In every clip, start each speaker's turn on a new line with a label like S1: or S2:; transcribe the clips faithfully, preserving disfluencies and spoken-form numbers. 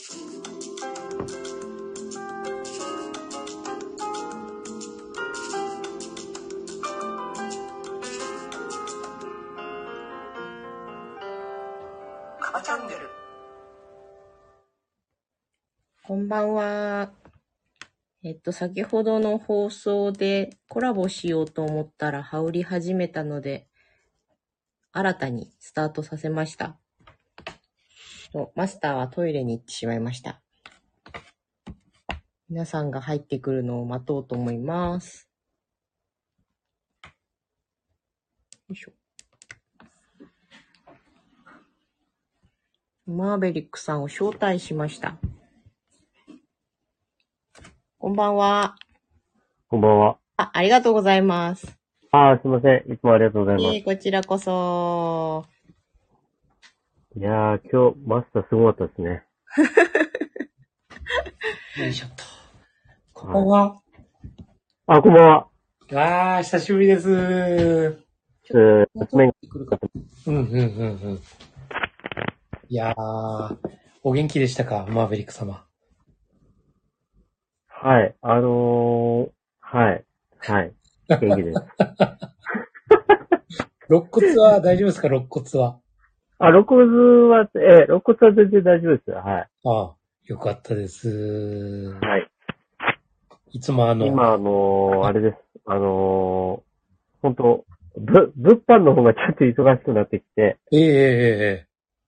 S1: カバチャンネル。
S2: こんばんは。えっと、先ほどの放送でコラボしようと思ったら羽織り始めたので、新たにスタートさせました。マスターはトイレに行ってしまいました。皆さんが入ってくるのを待とうと思います。よいしょ。マーベリックさんを招待しました。こんばんは。
S3: こんばんは。
S2: あ、ありがとうございます。
S3: あー、すいません。いつもありがとうございます。
S2: えー、こちらこそ。
S3: いやー、今日、マスターすごかったですね。
S1: よいしょっと。こんばんは。
S3: あ、こんばんは。
S1: わー、久しぶりです。
S3: えー、面が
S1: うん、うん、うん、うん。いやー、お元気でしたか、マーベリック様。
S3: はい、あのー、はい、はい、元気です。
S1: 肋骨は大丈夫ですか、肋骨は。
S3: あ、肋骨は、えー、肋骨は全然大丈夫ですよ。はい。
S1: ああ、よかったです。
S3: はい。
S1: いつもあの、
S3: 今、あのー、あれです。あのー、本当ぶ、物販の方がちょっと忙しくなってきて、
S1: ええええ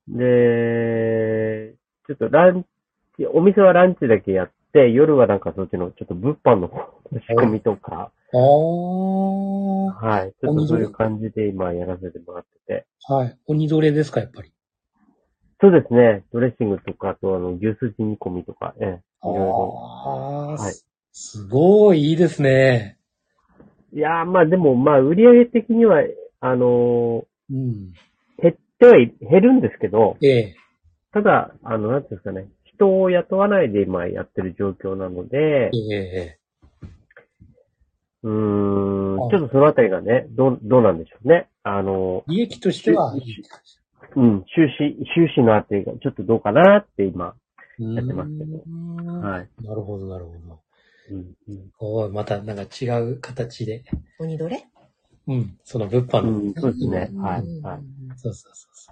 S3: で、ちょっとランチ、お店はランチだけやって、夜はなんかそっちのちょっと物販の方の仕込みとか、
S1: ああ、
S3: はい。ちょっとそういう感じで今やらせてもらってて。
S1: はい。鬼どれですか、やっぱり。
S3: そうですね。ドレッシングとか、あとあの、牛すじ煮込みとか、ええ、いろいろ。
S1: ああ、
S3: はい。
S1: すごいいいですね。
S3: いやー、まあでも、まあ売上的には、あの
S1: うん。
S3: ー、減ってはい、減るんですけど、
S1: ええ。
S3: ただ、あの、なんていうんですかね、人を雇わないで今やってる状況なので、
S1: ええ。
S3: うーん、ちょっとそのあたりがね、どう、どうなんでしょうね。あの、
S1: 利益としては、
S3: うん、収支、収支のあたりがちょっとどうかなって今、
S1: や
S3: ってますけどはい。
S1: なるほど、なるほど。
S3: うんうん
S1: おーまたなんか違う形で。
S2: 鬼どれ？
S1: うん、その物販の。
S3: うん、そうですね。はい、はい。
S1: そうそうそうそう。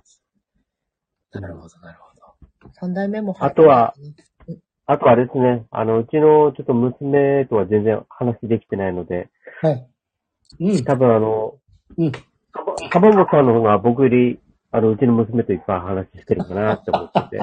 S1: なるほど、なるほど。
S2: 三代目も
S3: あとは、あとあれですね、あの、うちのちょっと娘とは全然話できてないので、
S1: はい。うん。
S3: 多分あの、
S1: うん。
S3: かばぼさんの方が僕より、あの、うちの娘といっぱい話してるかなって思ってて。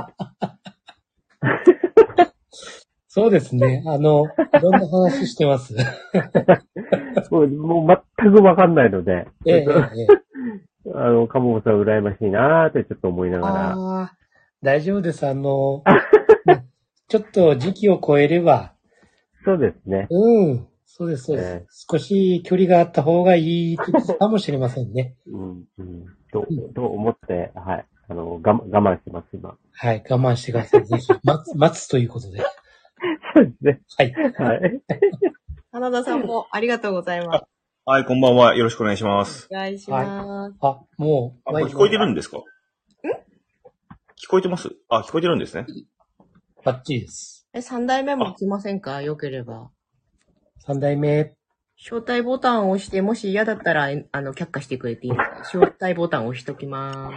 S1: そうですね。あの、いろんな話してます。
S3: もう、もう全くわかんないので、
S1: ええ、ええ。
S3: あの、かぼぼさん羨ましいなーってちょっと思いながら。
S1: ああ、大丈夫です。あの、ちょっと時期を超えれば、
S3: そうですね。
S1: うん。そうです、そうです。
S3: え
S1: 少し距離があった方がいいかもしれませんね。
S3: ー、うん、うん、と、と思って、はい。あの、我慢、我慢してます、今。
S1: はい、我慢してください。ぜひ、待つ、待つということで。
S3: そうですね。
S1: はい。
S3: はい。
S2: 花田さんもありがとうございます。
S4: はい、こんばんは。よろしくお願いします。
S2: お願いします。
S1: あ、もう、
S4: あ、これ聞こえてるんですか？ん聞こえてます？あ、聞こえてるんですね。
S1: バッチリです。
S2: え、三代目も来ませんか？よければ。
S1: 三代目。
S2: 招待ボタンを押して、もし嫌だったら、あの、却下してくれていいですか？招待ボタンを押しときます。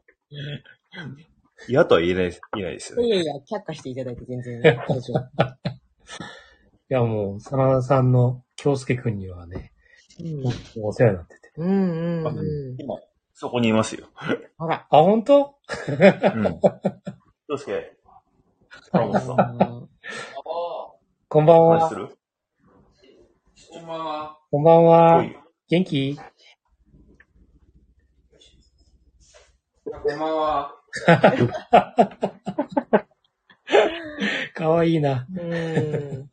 S4: 嫌とは言えないです。言えないですよね。
S2: いやいや、却下していただいて全然大丈夫。
S1: いや、もう、真田さんの京介くんにはね、
S2: うん、
S1: お世話になってて。
S2: うんうんうん。
S4: 今、そこにいますよ。
S2: あら。
S1: あ、本当？
S4: うん。京介。カモさん。
S1: こんばんは。
S4: 話する？
S5: こんばんは。
S1: こんばんは。
S4: おい
S1: 元気？
S5: こんばんは。
S1: かわいいな。
S2: うん。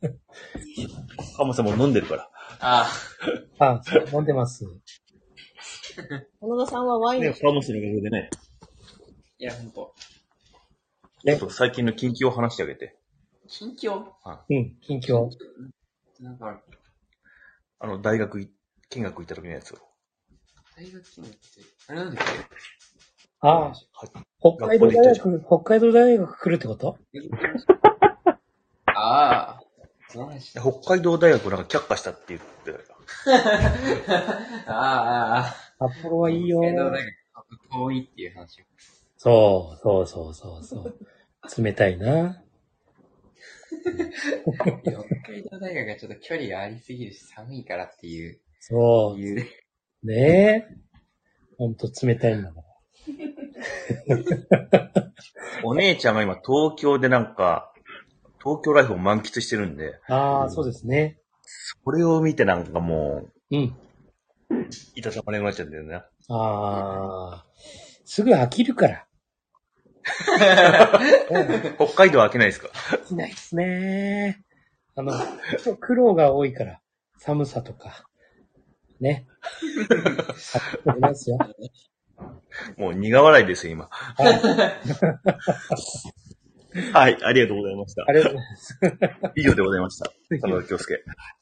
S4: カモさんも飲んでるから。
S5: あ
S1: あ、飲んでます。
S2: 花田さんはワイン、
S4: ね、カモスのおかげでね、
S5: いや、ほんと。
S4: ちょっと最近の近況を話してあげて。
S5: 近況
S1: うん、近況。
S5: なんか、
S4: あの、大学い見学行った時のやつを。
S5: 大学院って、あれなんだっけ
S1: ああ、北海道大学、北海道大学来るってこと？
S5: ああ、その話だ。
S4: 北海道大学なんか却下したって言ってたよ。
S5: ああ、ああ。
S1: 札幌はいいよ。
S5: 北海道大学遠いっていう話を。
S1: そうそうそうそうそう。冷たいな。
S5: 北海道大学がちょっと距離がありすぎるし寒いからっていう。
S1: そう。
S5: 理由で。
S1: ねえ。ほんと冷たいんだから。
S4: お姉ちゃんが今東京でなんか、東京ライフを満喫してるんで。
S1: ああ、そうですね。
S4: それを見てなんかも
S1: う、うん。
S4: いたたまれなくなっちゃうんだよね。
S1: ああ、すぐ飽きるから。
S4: 北海道は飽きないですか？
S1: 飽きないですね。あの、苦労が多いから、寒さとか。ね。ありますよ。
S4: もう苦笑いですよ、今。はい、はい、ありがとうございました。
S1: ありがとうございます。
S4: 以上でございました。佐田京介。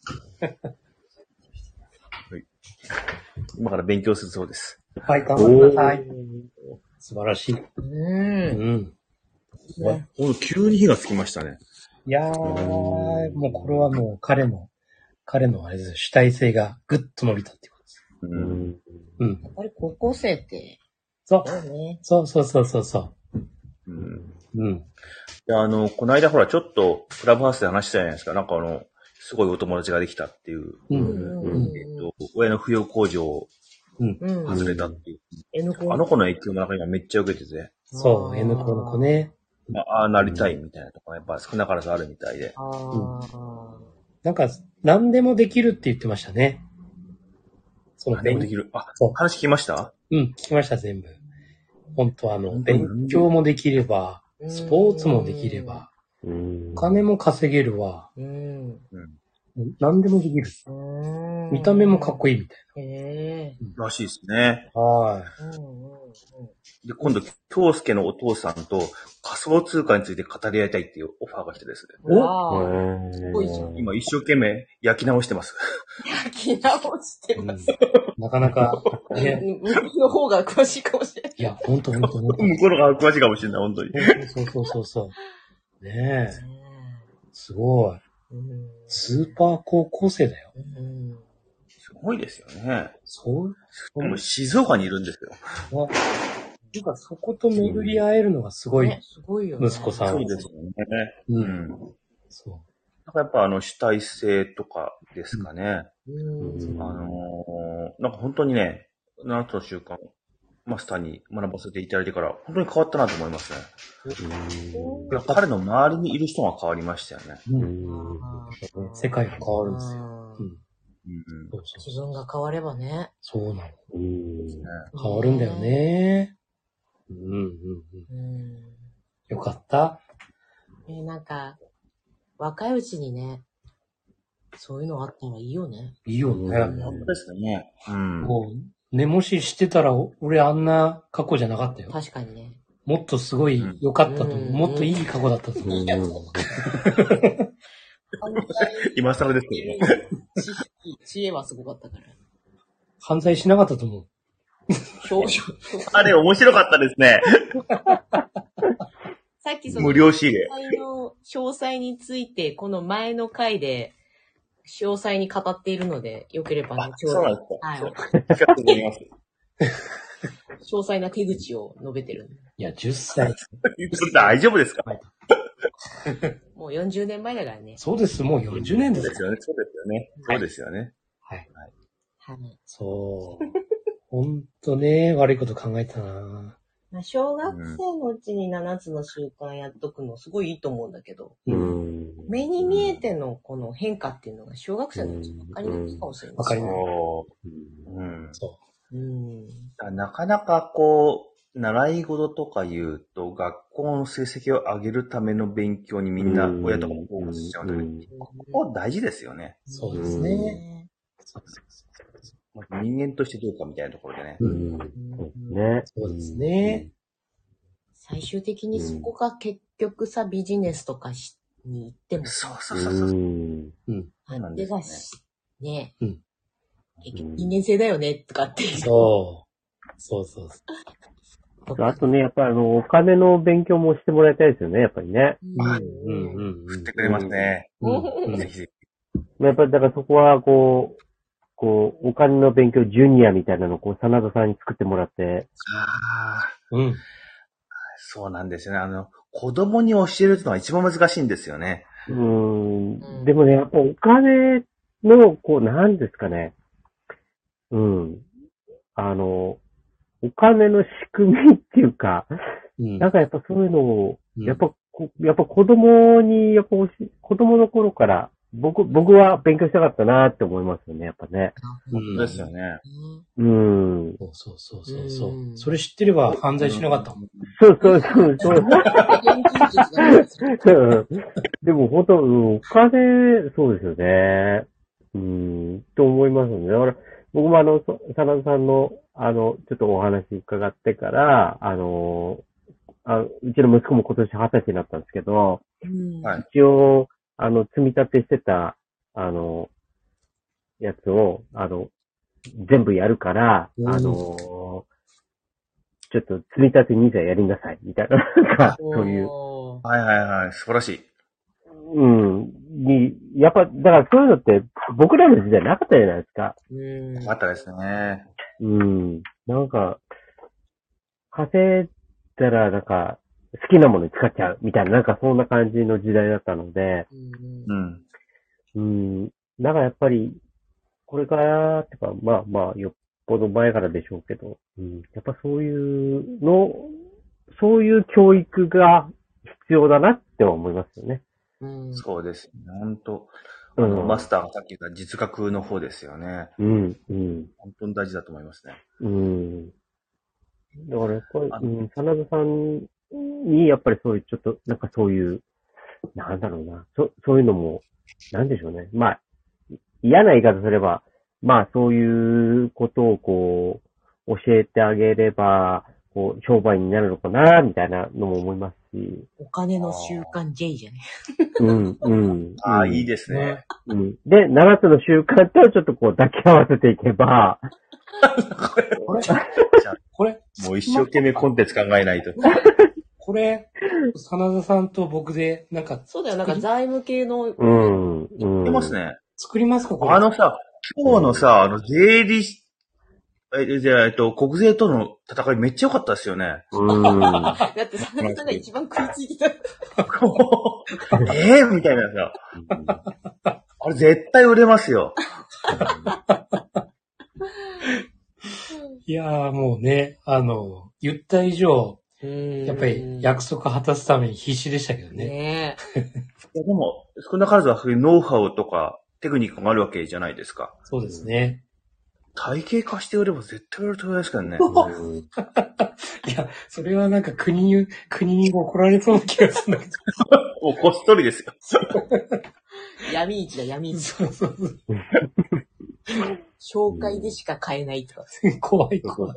S4: はい。今から勉強するそうです。
S1: はい、頑張ってください。素晴らしい。
S2: うん。うん。
S4: ね、急に火がつきましたね。
S1: いやー、もうこれはもう彼の、彼のあれですよ、主体性がぐっと伸びたっていうことです。
S4: うん。
S2: うん。やっぱり高校生って、
S1: そう。ね、そうそうそうそうそう。
S4: うん。
S1: うん。
S4: で、あの、この間ほら、ちょっと、クラブハウスで話したじゃないですか。なんかあの、すごいお友達ができたっていう。うん。うん、えっと、親の扶養控除を、うん。外れたっていう。うん、あの子の影響もなんか今めっちゃ受けてて。
S1: そう、N 校の子ね。
S4: まあ、ああなりたいみたいなところがやっぱ少なからずあるみたいで。
S1: うん、なんか、何でもできるって言ってましたね。
S4: その何でもできる。あ、そう。話聞きました？
S1: うん、聞きました、全部。本当あの、勉強もできれば、スポーツもできれば、お金も稼げるわ。うん、何でもできる。見た目もかっこいいみたいな。
S4: へー。らしいですね。
S1: はい。
S4: で、今度、京介のお父さんと仮想通貨について語り合いたいっていうオファーが来てですね。
S2: おすごいじゃん。
S4: 今一生懸命焼き直してます。
S2: 焼き直してます。
S1: うん、なかなか、
S2: ね。向こうの方が詳しいかもしれない。
S1: いや、ほんとほんとほんと。
S4: 向こうの方が詳しいかもしれない、ほんとに。
S1: そうそうそうそう。ねえ。すごい。スーパー高校生だよ。
S4: うんすごいですよね。
S1: そう
S4: でも静岡にいるんですよ。
S1: なんかそこと巡り会えるのがすごい。ね、
S2: すごいよね。
S1: 息子さん。
S4: そうですよね。
S1: うん。そう。
S4: なんかやっぱあの主体性とかですかね。うん、あのー、なんか本当にね、ななつの習慣、マスターに学ばせていただいてから、本当に変わったなと思いますね。うん、彼の周りにいる人が変わりましたよね。うん、
S1: 世界が変わるんですよ。うん
S2: うん、自分が変わればね。
S1: そうなの。うん、変わるんだよね。うんうんうん。よかった。
S2: えー、なんか、若いうちにね、そういうのあったらいいよね。
S1: いいよね。
S4: 本当ですね。
S1: うん。もう、ね、もししてたら、俺あんな過去じゃなかったよ。
S2: 確かにね。
S1: もっとすごい良かったと思う。うん、もっといい過去だったと思う。うん
S4: 今更ですけどね。
S2: 知識、知恵はすごかったから。
S1: 犯罪しなかったと思う。
S4: あれ面白かったですね。
S2: さっきその
S4: 無料仕入れ
S2: の詳細についてこの前の回で詳細に語っているので、よければね、
S4: そうなんですか。
S2: はい。詳細な手口を述べてる。
S1: いや、じゅっさい。
S4: 大丈夫ですか？
S2: もうよんじゅうねんまえだからね。
S1: そうです、もうよんじゅうねんです
S4: よね。そうですよね。そうですよね。
S1: はい。はい。はい、そう。ほんとね、悪いこと考えたな。
S2: 小学生のうちにななつの習慣やっとくのすごいいいと思うんだけど、うん、目に見えてのこの変化っていうのが小学生のうちに分かりにくいかもしれない。
S1: 分かりにくい。
S4: うん。
S1: そう。
S4: うん、なかなかこう、習い事とか言うと、学校の成績を上げるための勉強にみんな親とかもフォーカスしちゃうので、ここ大事ですよね。
S1: そうですね。
S4: 人間としてどうかみたいなところでね。
S1: うん、ね。そうですね。
S2: 最終的にそこが結局さ、ビジネスとかしに行っても
S4: そうそうそうそう。うん。
S2: 相手がし、ね。うん。結局人間性だよね、とかって。
S1: そう。そうそうそう。
S3: あとね、やっぱりあの、お金の勉強もしてもらいたいですよね、やっぱりね。
S4: うん、うん、うん。振ってくれますね。うん。ぜひぜひ。
S3: やっぱりだからそこは、こう、こう、お金の勉強ジュニアみたいなのを、こう、真田さんに作ってもらって。
S4: ああ。うん。そうなんですよね。あの、子供に教えるのは一番難しいんですよね。
S3: うーん。でもね、やっぱお金の、こう、なんですかね。うん。あの、お金の仕組みっていうか、うん、なんかやっぱそういうのを、やっぱ、うん、やっぱ子供に、やっぱ子供の頃から、僕、僕は勉強したかったなって思いますよね、やっぱね。
S4: 本当ですよね。
S3: うん。
S1: そうそうそうそうそう。それ知ってれば犯罪しなかったもん。
S3: そうそうそうそう。でも本当、お金、そうですよね。うん、と思いますよね。だから、僕もあの、サナさんの、あの、ちょっとお話伺ってから、あの、あうちの息子も今年はたちになったんですけど、うん、一応、あの、積み立てしてた、あの、やつを、あの、全部やるから、うん、あの、ちょっと積み立てニーサやりなさい、みたいな、なんか、そういう。
S4: はいはいはい、素晴らしい。
S3: うん。に、やっぱ、だからそういうのって、僕らの時代なかったじゃないですか。
S4: うん。なかったですね。
S3: うん。なんか、稼いだら、なんか、好きなものに使っちゃう、みたいな、なんかそんな感じの時代だったので、うん。うん。なんかやっぱり、これからってか、まあまあ、よっぽど前からでしょうけど、うん。やっぱそういうの、そういう教育が必要だなって思いますよね。
S4: うん、そうですね。本当あの、うん、マスターがさっき言った実学の方ですよね。
S3: うん、うん。
S4: 本当に大事だと思いますね。
S3: うん。だからやっぱり、うん、真田さんに、やっぱりそういう、ちょっと、なんかそういう、なんだろうな、そそういうのも、なんでしょうね。まあ、嫌な言い方すれば、まあそういうことをこう、教えてあげれば、こう、商売になるのかな、みたいなのも思いますし。
S2: お金の習慣 J じゃね。
S3: うん、うん。
S4: ああ、いいですね。
S3: うん。で、ななつの習慣とちょっとこう抱き合わせていけば。
S4: これ、これ、もう一生懸命コンテンツ考えないと。
S1: これ、真田さんと僕で、なんか。
S2: そうだよ、なんか財務系の。
S3: うん。うん。
S4: 出ますね。
S1: 作りますか、これ。
S4: あのさ、今日のさ、あの、税理士、え、じゃあ、えっと、国税との戦いめっちゃ良かったですよね。
S3: うん。
S2: だって、真田さんが一番食いついてた。
S4: ええー、みたいなさ。あれ絶対売れますよ。
S1: いやーもうね、あの、言った以上、やっぱり約束果たすために必死でしたけどね。
S2: ね
S4: いやでも、少なからずはそういうノウハウとかテクニックがあるわけじゃないですか。
S1: そうですね。
S4: 体系化して売れば絶対売れると思いますからね。
S1: いや、それはなんか国に、国に怒られそうな気がするんだけど。
S4: もうこっそりですよ。
S2: 闇市だ、闇市。
S1: そうそうそう。
S2: 紹介でしか買えないとか。
S1: 怖い怖い。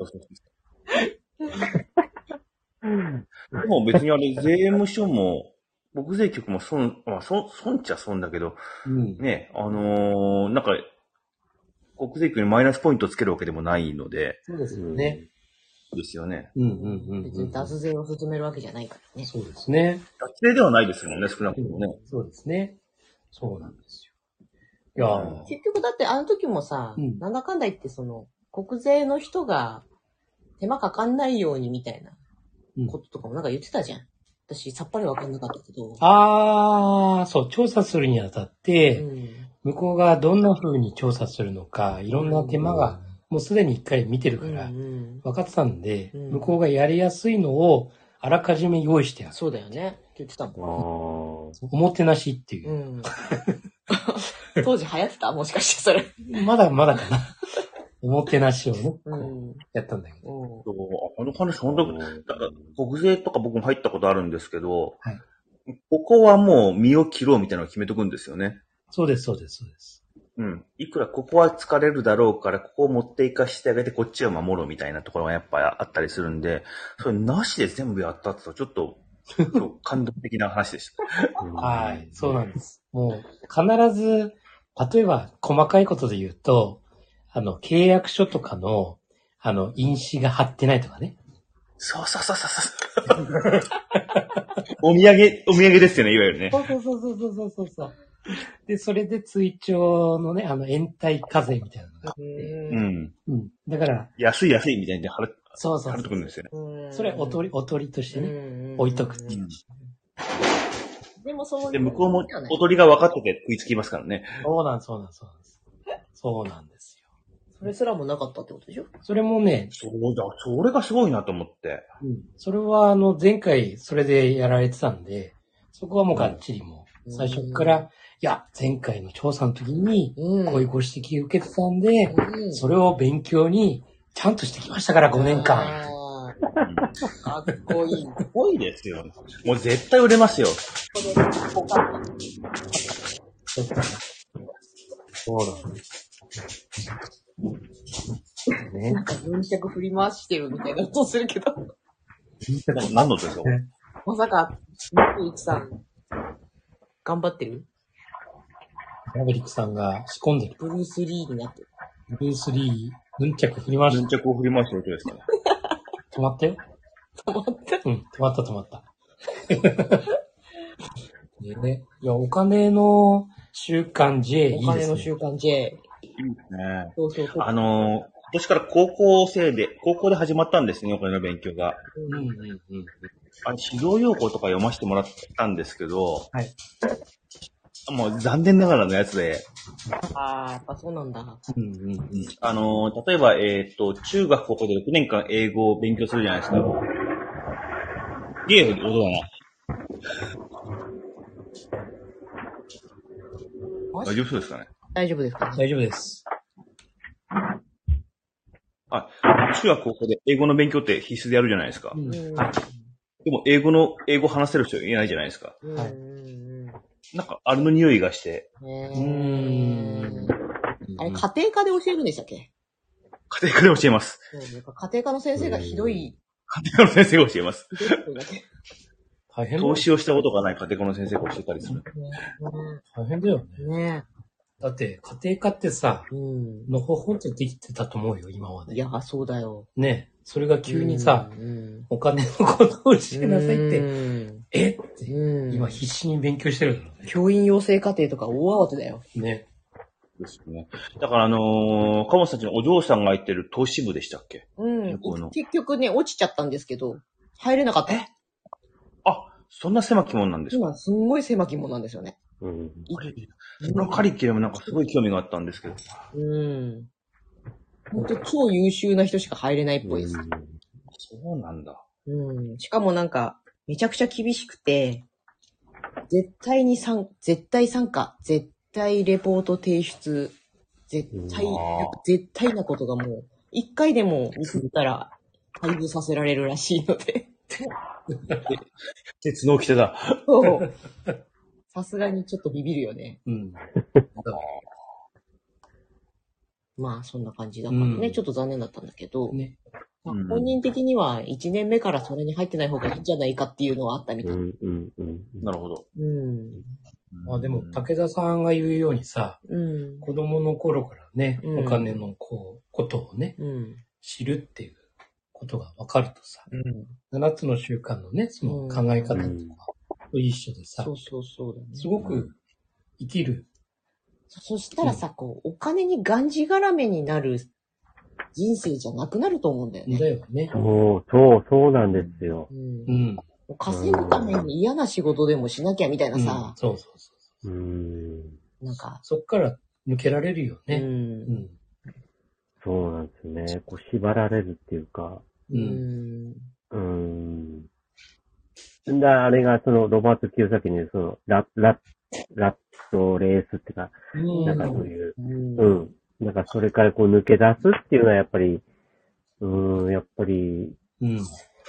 S4: でも別にあれ、税務署も、国税局も損、まあ、損、損っちゃ損だけど、うん、ね、あのー、なんか、国税局にマイナスポイントつけるわけでもないので。
S1: そうですよね。
S4: ですよね。
S1: うんうんうん、うん。
S2: 別に脱税を進めるわけじゃないからね。
S1: そうですね。
S4: 脱税ではないですもんね、少なくともね、
S1: うん。そうですね。そうなんですよ。いや
S2: 結局だってあの時もさ、うん、なんだかんだ言ってその、国税の人が手間かかんないようにみたいなこととかもなんか言ってたじゃん。私さっぱりわかんなかったけど。
S1: あー、そう、調査するにあたって、うん、向こうがどんな風に調査するのか、いろんな手間が、もうすでに一回見てるから、分かってたんで、うんうん、向こうがやりやすいのをあらかじめ用意してある。
S2: そうだよね。って言ってたも
S1: ん。おもてなしっていう。うん、
S2: 当時流行ってたもしかしてそれ。
S1: まだまだかな。おもてなしをね、うん、やったんだけど。
S4: そうあの話、本当に、国税とか僕も入ったことあるんですけど、はい、ここはもう身を切ろうみたいなのを決めとくんですよね。
S1: そうです、そうです、そうです。
S4: うん。いくらここは疲れるだろうから、ここを持っていかしてあげて、こっちを守ろうみたいなところがやっぱりあったりするんで、それなしで全部やったって言ったら、ちょっと、感動的な話でした。
S1: はい、そうなんです。もう、必ず、例えば、細かいことで言うと、あの、契約書とかの、あの、印紙が貼ってないとかね。
S4: そうそうそうそうそう。お土産、お土産ですよね、いわゆるね。
S1: そうそうそうそうそうそうそう。で、それで追徴のね、あの、延滞課税みたいなのがあって。
S4: うん。
S1: うん。だから、
S4: 安い安いみたいに払っ
S1: そうそうそう。
S4: 払っとくんですよね。
S1: それおとり、おとりとしてね、置いとくっていう。
S2: でもそう
S4: で、向こうもおとりが分かってて食いつきますからね。
S1: そうなん、そうなん、そうなんです。そうなんですよ。
S2: それすらもなかったってことでしょ？
S1: それもね。
S4: そうだ、それがすごいなと思って。
S1: うん。それは、あの、前回それでやられてたんで、そこはもうがっちりもう、最初から、いや、前回の調査の時に、こういうご指摘を受けてたんで、うん、それを勉強に、ちゃんとしてきましたから、ごねんかん。
S2: かっこいい。
S4: すごいですよ。もう絶対売れますよ。
S1: そうだね。
S2: ね、なんか文脚振り回してるみたいな音するけど。
S4: 何のですか？
S2: まさか、マリックさん、頑張ってる？
S1: マリックさんが仕込んでる。
S2: ブルース・リーになってる。
S1: ブルース・リー、ヌンチャク振り回してる。
S4: ヌンチャクを振り回してる音ですかね。
S1: 止まったよ。
S2: 止まった
S1: うん、止まった止まった。ね、いや、お金の習慣 J いいですね。
S2: お金の習慣 J。
S4: いいですね。
S2: そうそうそう。
S4: あの、今年から高校生で、高校で始まったんですね、お金の勉強が。
S1: うんうんうん。
S4: あの、指導要項とか読ませてもらったんですけど、
S1: はい。
S4: もう残念ながらのやつで。
S2: ああ、やっぱそうなんだ。
S1: うんうんうん。
S4: あの、例えば、えっと、中学高校でろくねんかん英語を勉強するじゃないですか。ゲーム音だな。大丈夫そうですかね？
S2: 大丈夫ですか？
S1: 大丈夫です。
S4: あ、中学高校で英語の勉強って必須でやるじゃないですか。
S1: うん、はい。
S4: でも、英語の、英語話せる人いないじゃないですか。
S1: はい。
S4: なんか、あれの匂いがして。
S2: うーん。あれ、家庭科で教えるんでしたっけ？
S4: 家庭科で教えます。
S2: うん、やっぱ家庭科の先生がひどい。
S4: 家庭科の先生が教えます。
S1: 大変だ
S4: 投資をしたことがない家庭科の先生が教えたりする。
S1: 大変だよね。
S2: ね
S1: だって、家庭科ってさ、
S2: うん、
S1: のほほんとできてたと思うよ、今まで。
S2: いや、そうだよ。
S1: ね。それが急にさ、うん、お金のことを教えなさいって、うん、えって、うん、今必死に勉強してるだろうね。
S2: 教員養成課程とか大慌てだよ。
S1: ね。
S4: ですね。だからあのー、かもさんちのお嬢さんが入ってる投資部でしたっけ？
S2: うん。結局ね、落ちちゃったんですけど、入れなかった。
S4: え？あ、そんな狭き門なんですか？
S2: 今、すんごい狭き門なんですよね。
S4: うん。そのカリキュラムなんかすごい興味があったんですけど。
S2: うん。ほんと超優秀な人しか入れないっぽいです。うん、
S4: そうなんだ。
S2: うん。しかもなんか、めちゃくちゃ厳しくて、絶対に参、絶対参加、絶対レポート提出、絶対、絶対なことがもう、一回でもミスったら、退部させられるらしいので。
S4: 鉄の掟だ。
S2: そう。さすがにちょっとビビるよね。うん。まあ、そんな感じだからね、うん、ちょっと残念だったんだけど、ね、まあ、本人的にはいちねんめからそれに入ってない方がいいんじゃないかっていうのはあったみたい。うんうん
S4: うん、なるほど。
S1: うん。まあでも、武田さんが言うようにさ、うん、子供の頃からね、うん、お金のこう、ことをね、うん、知るっていうことが分かるとさ、うん、ななつの習慣のね、その考え方とかと一緒でさ、
S2: そうそうそうだね。
S1: すごく生きる。
S2: そしたらさ、うん、こう、お金にがんじがらめになる人生じゃなくなると思うんだよね。
S1: だよね。
S3: そう、そう、そうなんですよ。
S2: うん。うん、稼ぐために嫌な仕事でもしなきゃみたいなさ。
S1: うん、そうそうそう。うん。なんか、そっから抜けられるよね。うん。うん、
S3: そうなんですよね。こう縛られるっていうか。
S2: うん。
S3: うん。だあれが、その、ロバート・キヨサキに、その、ラ、ラ、ラットレースっていうか、うん、なんかそういう、うん、うん。なんかそれからこう抜け出すっていうのはやっぱり、うーん、やっぱり、うん、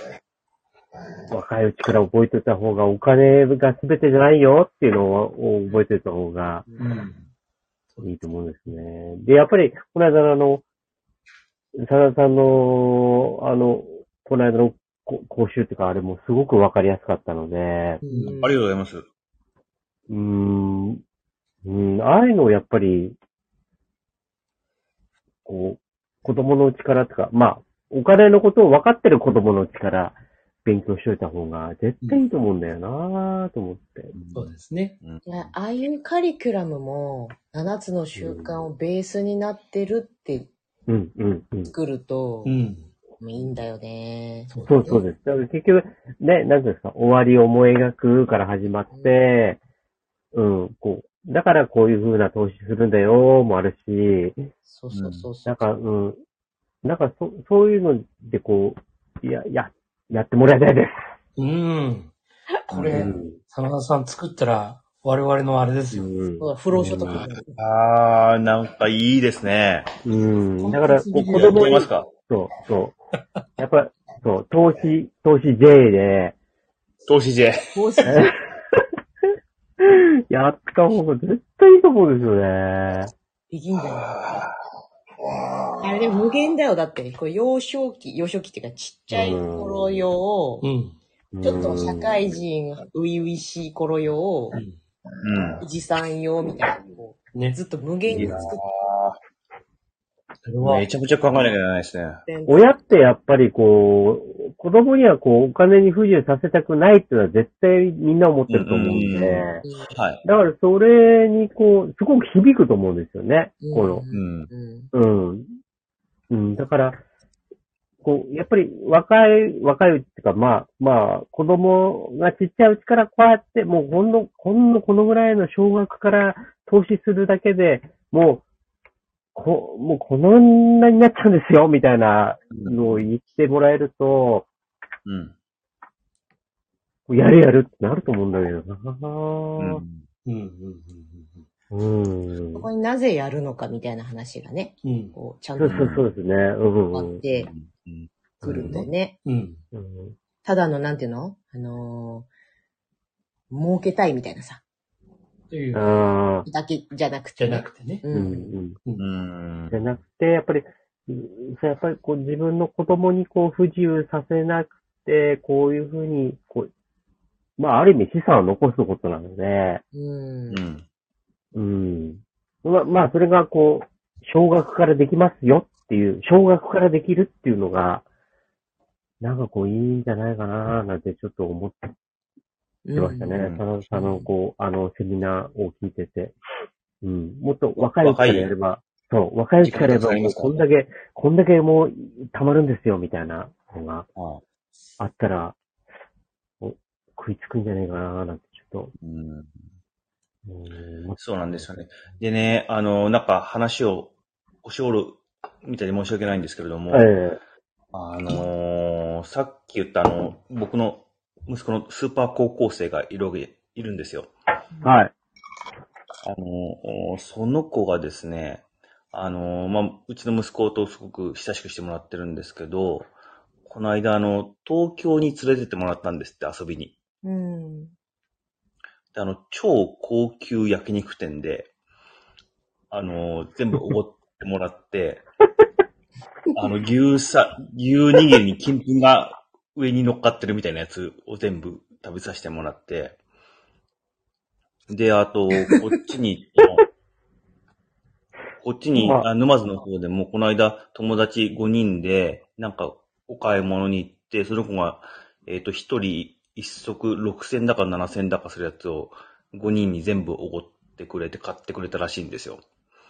S3: 若いうちから覚えておいた方が、お金が全てじゃないよっていうのを覚えておいた方が、いいと思うんですね。で、やっぱり、この間のあの、佐田さんの、あの、この間の講習っていうか、あれもすごくわかりやすかったので、うん、
S4: ありがとうございます。
S3: うーん、うん、ああいうのをやっぱり、こう、子供の力とか、まあ、 お金のことを分かってる子供のうちから勉強しといた方が絶対いいと思うんだよなぁと思って。
S1: そうですね。
S2: いや、ああいうカリキュラムもななつの習慣をベースになってるって
S3: うんうんうん。
S2: 作ると、
S1: うん。
S2: いいんだよね。
S3: そうそうです。だから結局、ね、なんていうんですか、終わりを思い描くから始まって、うん、こう、だからこういう風な投資するんだよもあるし、
S2: そうそうそうそう。
S3: なんか、うん、なんかそ、そういうのでこう、いや、や、やってもらいたいです。
S1: うん。これ、
S3: うん、
S1: 真田さん作ったら我々のあれですよ。
S3: うん、
S2: そう不労所とか。
S4: あー、なんかいいですね。
S3: うん、だから、こう子
S4: やって
S3: 供に、
S4: みますか
S3: そう、そう。やっぱ、そう、投資、投資 J で、
S4: 投資 J。
S2: 投資
S3: やった方が絶対いいと思うんですよね。
S2: できんだよ。あれでも無限だよ。だって、これ幼少期、幼少期っていうかちっちゃい頃用、
S1: うん。
S2: ちょっと社会人、初々しい頃用、
S1: うん。
S4: うん。
S2: おじさん用みたいな、こう
S1: ね。
S2: ずっと無限に作っ
S1: それは
S4: めちゃくちゃ考えなきゃいけないですね。
S2: て。
S3: 親ってやっぱりこう、子供にはこう、お金に不自由させたくないっていうのは絶対みんな思ってると思うんで、
S4: はい。
S3: だからそれにこう、すごく響くと思うんですよね。この、
S4: うん。
S2: うん
S3: うん。うん。だから、こう、やっぱり若い、若いうちっていうか、まあ、まあ、子供がちっちゃいうちからこうやって、もうほんの、ほんのこのぐらいの小学から投資するだけで、もう、こ、もうこんなになっちゃうんですよ、みたいなのを言ってもらえると、
S4: うん。
S3: やるやるってなると思うんだけどな。
S4: うん。
S1: うん。うん。
S3: うん。うん。
S2: ここになぜやるのかみたいな話がね、
S1: うん。
S2: こうちゃんと
S3: そうそうそうですね。うんうん。
S2: あってくるんだよね。
S1: うん。
S3: うん
S2: ただの、なんていうのあのー、儲けたいみたいなさ。
S1: っていう。
S3: ああ。
S2: だけじゃなくて、
S1: じゃなくてね。
S2: う。
S3: うんんうん。
S4: うん。
S3: じゃなくて、やっぱり、うんやっぱりこう自分の子供にこう不自由させなくて、こういうふうに、こう、まあある意味資産を残すことなので、
S2: うん。
S4: うん。
S3: うん。まあ、まあそれがこう、少額からできますよっていう、少額からできるっていうのが、なんかこういいんじゃないかなーなんてちょっと思ってましたね。
S4: うん
S3: その、あの、こう、あの、セミナーを聞いてて。うん。もっと若いうちからやれば、そう、若いうちからやれば、もうこんだけ、こんだけもう溜まるんですよ、みたいなのがあったら、食いつくんじゃないかなーなんてちょっと。
S4: うん。
S3: うん
S4: そうなんですよね。でね、あの、なんか話を、おしおるみたいで申し訳ないんですけれども、
S3: ええ
S4: あのー、さっき言ったあの、僕の息子のスーパー高校生がいるわけ、いるんですよ。
S3: はい。
S4: あのー、その子がですね、あのー、まあ、うちの息子とすごく親しくしてもらってるんですけど、この間あの、東京に連れてってもらったんですって遊びに。
S2: うん。
S4: であの、超高級焼肉店で、あのー、全部おごってもらって、あの、牛さ、牛握りに金粉が上に乗っかってるみたいなやつを全部食べさせてもらって、で、あと、こっちに、こっちに、あ沼津の方でも、この間、友達ごにんで、なんか、お買い物に行って、その子が、えっと、ひとり一足ろくせんだかななせんだかするやつを、ごにんに全部おごってくれて、買ってくれたらしいんですよ。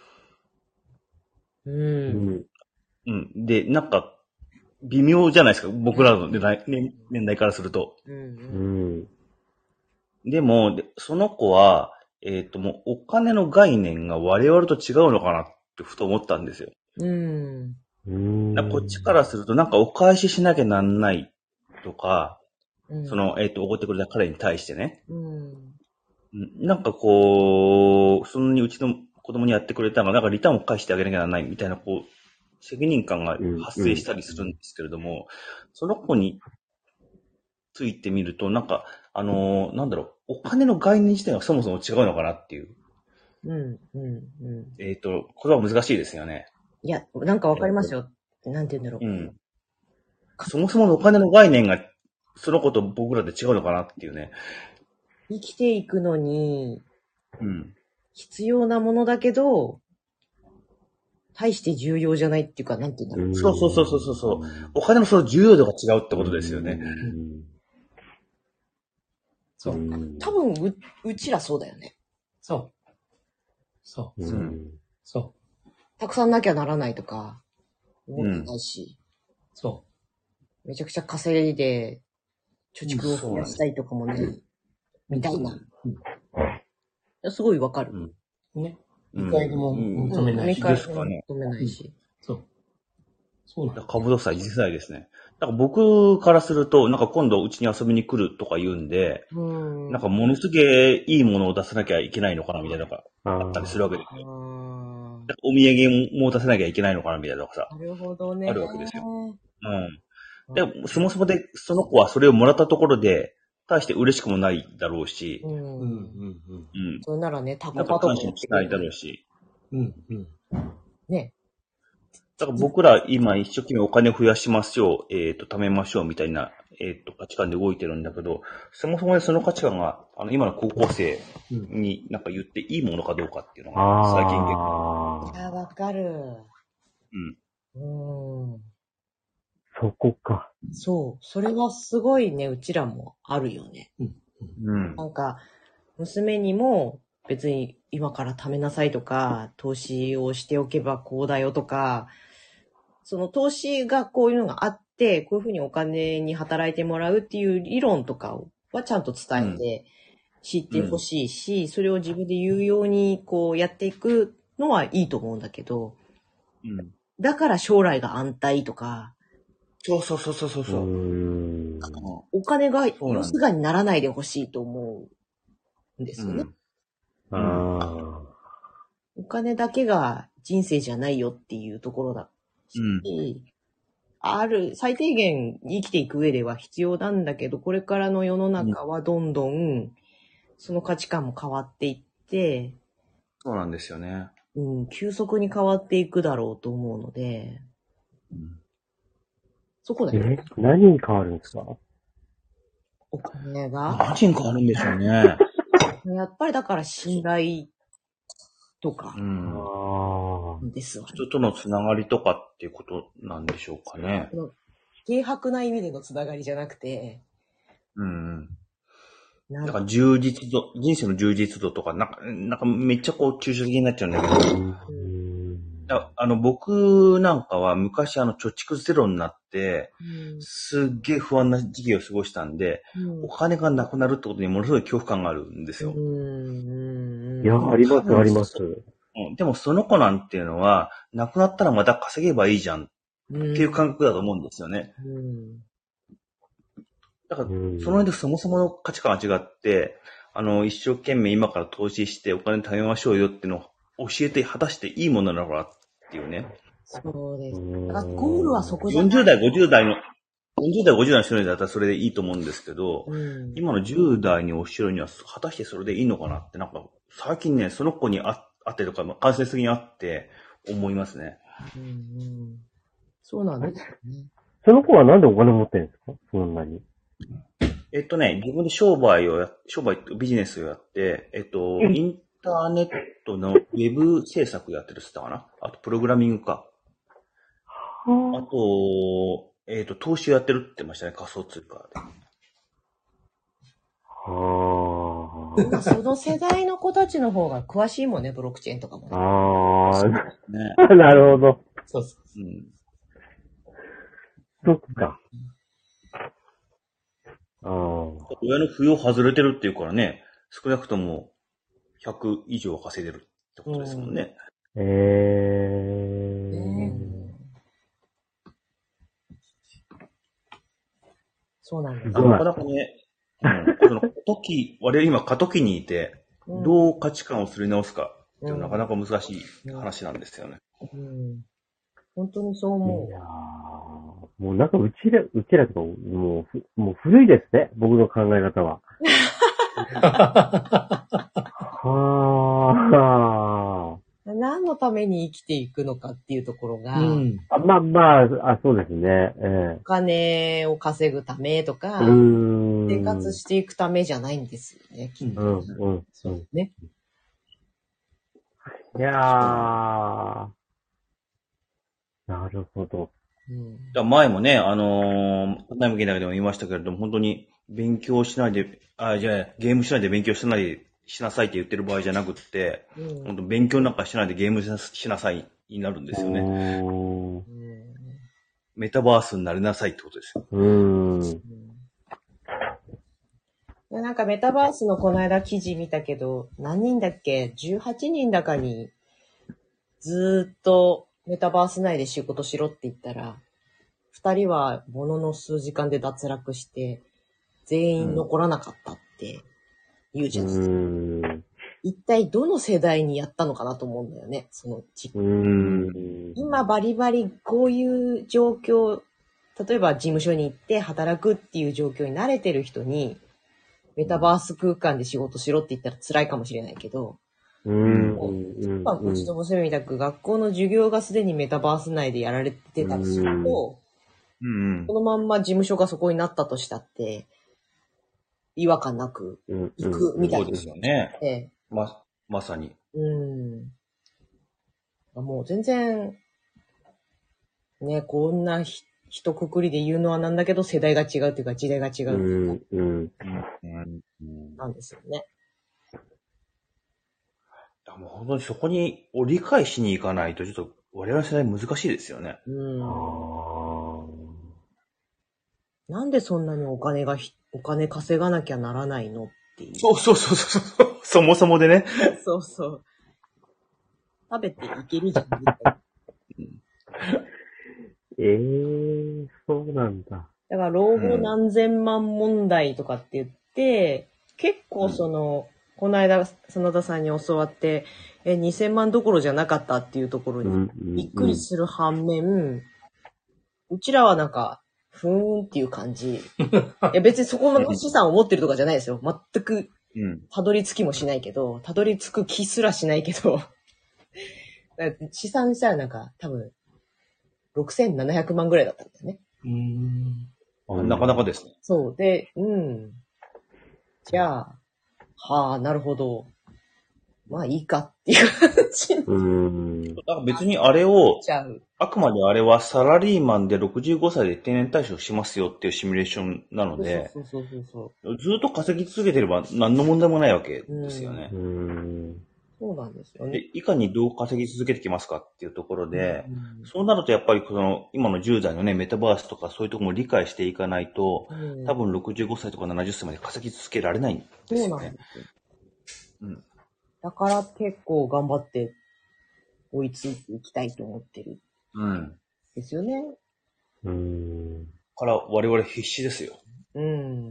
S2: う。
S3: うんん。
S4: うん。で、なんか、微妙じゃないですか。僕らの年代、年年代からすると。
S2: う。
S3: うんん。
S4: でも、でその子は、えっと、もうお金の概念が我々と違うのかなってふと思ったんですよ。
S2: うん。
S3: うん。
S4: なんかこっちからすると、なんかお返ししなきゃなんないとか、
S2: うん。
S4: その、えっと、おごってくれた彼に対してね。
S2: うん。
S4: うんなんかこう、そんなにうちの子供にやってくれたのが、なんかリターンを返してあげなきゃならないみたいな、こう、責任感が発生したりするんですけれども、その子についてみると、なんか、あのーなんだろう、お金の概念自体がそもそも違うのかなっていう。
S2: うん。うん。うん。
S4: えっと、これは難しいですよね。
S2: いや、なんかわかりますよ。なんて言うんだろう。
S4: うん。そもそものお金の概念が、その子と僕らで違うのかなっていうね。
S2: 生きていくのに
S4: うん。
S2: 必要なものだけど、 大して重要じゃないっていうか、なんていうんだろう。
S4: そうそうそうそうそう。お金のその重要度が違うってことですよね。
S2: そう。多分う、うちらそうだよね。
S1: そう。そう。うん、そう。
S2: たくさんなきゃならないとか、思ってないし。
S1: うん、そう。
S2: めちゃくちゃ稼いで、貯蓄を増やしたいとかもね、みたいな。うん、すごいわかる。
S1: うん、ね。見返りも求めないし。
S2: 見返りも求めないし。
S1: そう。そうなんだ。
S4: 株独裁、実際ですね。だから僕からすると、なんか今度うちに遊びに来るとか言うんで、うんなんかものすげえいいものを出さなきゃいけないのかなみたいなのがあったりするわけですよ。お土産も出さなきゃいけないのかなみたいなのがさ。
S2: なるほどね。
S4: あるわけですよ。うん。で、そもそもで、その子はそれをもらったところで、大して嬉しくもないだろうし。うんうんうんうん。うん。
S2: それならね、タコ
S4: パとか。感謝もしないだろうし。
S1: うんうん。
S2: ね。
S4: だから僕ら今一生懸命お金を増やしましょう、えっと、貯めましょうみたいな、えっと、価値観で動いてるんだけど、そもそもその価値観が、あの、今の高校生になんか言っていいものかどうかっていうのが、最近結構。
S2: いや、わかる。
S4: うん。
S2: うん。
S3: そこか。
S2: そう。それはすごいね、うちらもあるよね。
S4: うん。
S2: なんか、娘にも別に今から貯めなさいとか、投資をしておけばこうだよとか、その投資がこういうのがあって、こういうふうにお金に働いてもらうっていう理論とかはちゃんと伝えて知ってほしいし、うんうん、それを自分で言うようにこうやっていくのはいいと思うんだけど、
S4: うん、
S2: だから将来が安泰とか、
S4: そうそうそうそうそう。う
S2: お金がよすがにならないでほしいと思うんですよね。
S3: うん、あ
S2: お金だけが人生じゃないよっていうところだし、うん、ある、最低限生きていく上では必要なんだけど、これからの世の中はどんどんその価値観も変わっていって、
S4: そうなんですよね。
S2: うん、急速に変わっていくだろうと思うので、うんそこだよ。
S3: え何に変わるんですか？
S2: お金が
S4: 何に変わるんでしょうね。
S2: やっぱりだから信頼とか。
S4: うん。
S2: ですわ、ね。
S4: 人とのつながりとかっていうことなんでしょうかね。
S2: 軽薄な意味でのつながりじゃなくて。
S4: うん。なんか充実度、人生の充実度とか、なんか、なんかめっちゃこう抽象的になっちゃうんだけど。うんあの、僕なんかは昔あの、貯蓄ゼロになって、うん、すっげえ不安な時期を過ごしたんで、うん、お金がなくなるってことにものすごい恐怖感があるんですよ。
S3: うん、いや、あります、あります。
S4: うん。でもその子なんていうのは、なくなったらまた稼げばいいじゃんっていう感覚だと思うんですよね。うん、だから、その辺でそもそもの価値観が違って、あの、一生懸命今から投資してお金貯めましょうよっていうのを教えて果たしていいものなのかなっていうね。
S2: そうです。だからゴールはそこじゃない。
S4: よんじゅう代、ごじゅう代の、よんじゅう代、ごじゅう代の人だったらそれでいいと思うんですけど、うん、今のじゅう代に教えるには果たしてそれでいいのかなって、なんか、最近ね、その子に会ってとか、間接的に会って思いますね。
S2: うんうん、そうなんですよね。
S3: その子はなんでお金持ってるんですか？そんなに。
S4: えっとね、自分で商売をや、商売、ビジネスをやって、えっと、うん、インターネットのウェブ制作やってるって言ったかな？あと、プログラミングか。あと、えっと、投資をやってるって言ってましたね、仮想通貨で。
S3: は
S2: あ。その世代の子たちの方が詳しいもんね、ブロックチェーンとかもね。
S3: ああ、ね、なるほど。
S2: そうそう。
S4: うん。
S3: そっか。
S4: ああ。親の扶養外れてるっていうからね、少なくともひゃく以上稼いでるってことですもんね。
S3: うん、えー。えー
S2: そうなんです。
S4: なかなかね、うん、その時、我々今過渡期にいて、どう価値観をすり直すかっていうのはなかなか難しい話なんですよね。
S2: うんうん、本当にそう思う。
S3: いやもうなんかうちら、うちらとかもう、もう古いですね、僕の考え方は。はあ。
S2: 何のために生きていくのかっていうところが、
S3: うん、あまあまああ、そうですね、えー。
S2: お金を稼ぐためとか、生活していくためじゃないんですよね、きっと。
S3: うんうん、
S2: そうね。
S3: いやー、 なるほど。
S4: うん、前もね、あのー、何も言いながらでも言いましたけれども、本当に勉強しないで、あ、じゃあゲームしないで勉強しないで、しなさいって言ってる場合じゃなくって、うん、本当勉強なんかしないでゲームしなさいになるんですよね。メタバースになりなさいってことですよ。うーん。
S2: なんかメタバースのこの間記事見たけど、何人だっけ ?じゅうはちにんだかにずーっとメタバース内で仕事しろって言ったら、ふたりはものの数時間で脱落して、全員残らなかったって言うじゃないですか。うん、一体どの世代にやったのかなと思うんだよね、その時。うん、今バリバリこういう状況、例えば事務所に行って働くっていう状況に慣れてる人に、メタバース空間で仕事しろって言ったら辛いかもしれないけど、うん。まあ、うちの娘みたく学校の授業がすでにメタバース内でやられてたりすると、うん、このまんま事務所がそこになったとしたって、違和感なく行くみたいな、
S4: そうですよね。ええ、ま、まさに。うん。
S2: もう全然、ね、こんなひ一括りで言うのはなんだけど、世代が違うというか時代が違うっていうか、うんうんうん、なんですよね。
S4: もう本当にそこにを理解しに行かないと、ちょっと我々の世代難しいですよね。うん。
S2: なんでそんなにお金がひ、お金稼がなきゃならないのっていう。
S4: そうそうそうそうそう。そもそもでね。
S2: そうそう。食べていけるじゃん。
S3: ええー、そうなんだ。
S2: だから老後何千万問題とかって言って、うん、結構その、うん、この間真田さんに教わってえにせんまんどころじゃなかったっていうところにびっくりする反面、うんうんうん、うちらはなんかふーんっていう感じ。いや別にそこの資産を持ってるとかじゃないですよ。全くたどり着きもしないけど、たどり着く気すらしないけど、資産したらなんか多分ろくせんななひゃくまんぐらいだったんだよね。うー
S4: ん。あ、なかなかですね。
S2: そう。で、うん。じゃあ、はあ、なるほど。まあいいかっていう感じ。うー
S4: ん。だから別にあれを、あくまであれはサラリーマンでろくじゅうごさいで定年退職しますよっていうシミュレーションなので、そうそうそうそうずっと稼ぎ続けてれば何の問題もないわけですよね。うーん。
S2: そうなんですよね。
S4: で、いかにどう稼ぎ続けてきますかっていうところで、うん、そうなるとやっぱりこの今のじゅう代のね、メタバースとかそういうところも理解していかないと、うん、多分ろくじゅうごさいとかななじゅっさいまで稼ぎ続けられないんですよね。そうなんですよ。
S2: うん。だから結構頑張って追いついていきたいと思ってる。うん。ですよね。
S4: うん。から我々必死ですよ。
S2: うん。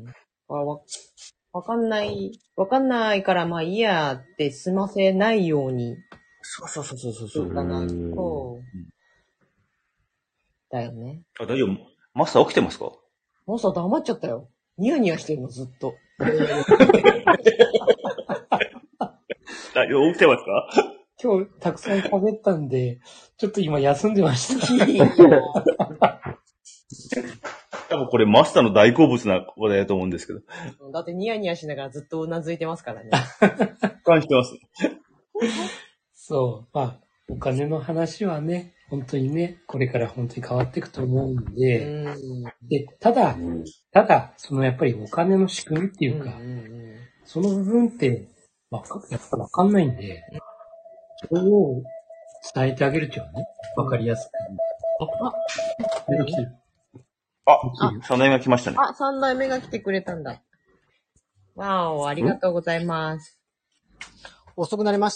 S2: あわわかんない、わかんないからまあいいやって済ませないように。
S4: そうそうそうそうそう。
S2: かなと。だよね。
S4: あ、大丈夫？マスター起きてますか？
S2: マスター黙っちゃったよ。ニヤニヤしてるのずっと。
S4: 大丈夫？起きてますか？
S1: 今日たくさん喋ったんで、ちょっと今休んでました。
S4: 多分これマスターの大好物な話題だと思うんですけど。
S2: だってニヤニヤしながらずっとうなずいてますからね。
S4: 感じてます。
S1: そう。まあ、お金の話はね、本当にね、これから本当に変わっていくと思うんで、うんで、ただ、ただ、そのやっぱりお金の仕組みっていうか、うんうんうん、その部分って、まあ、やっぱわかんないんで、それを伝えてあげるっていうのはね、わかりやすく。あ、あ、出てきてる。
S4: あ、三代目が来ましたね。
S2: あ、三代目が来てくれたんだ。わお、ありがとうございます。
S6: 遅くなりました。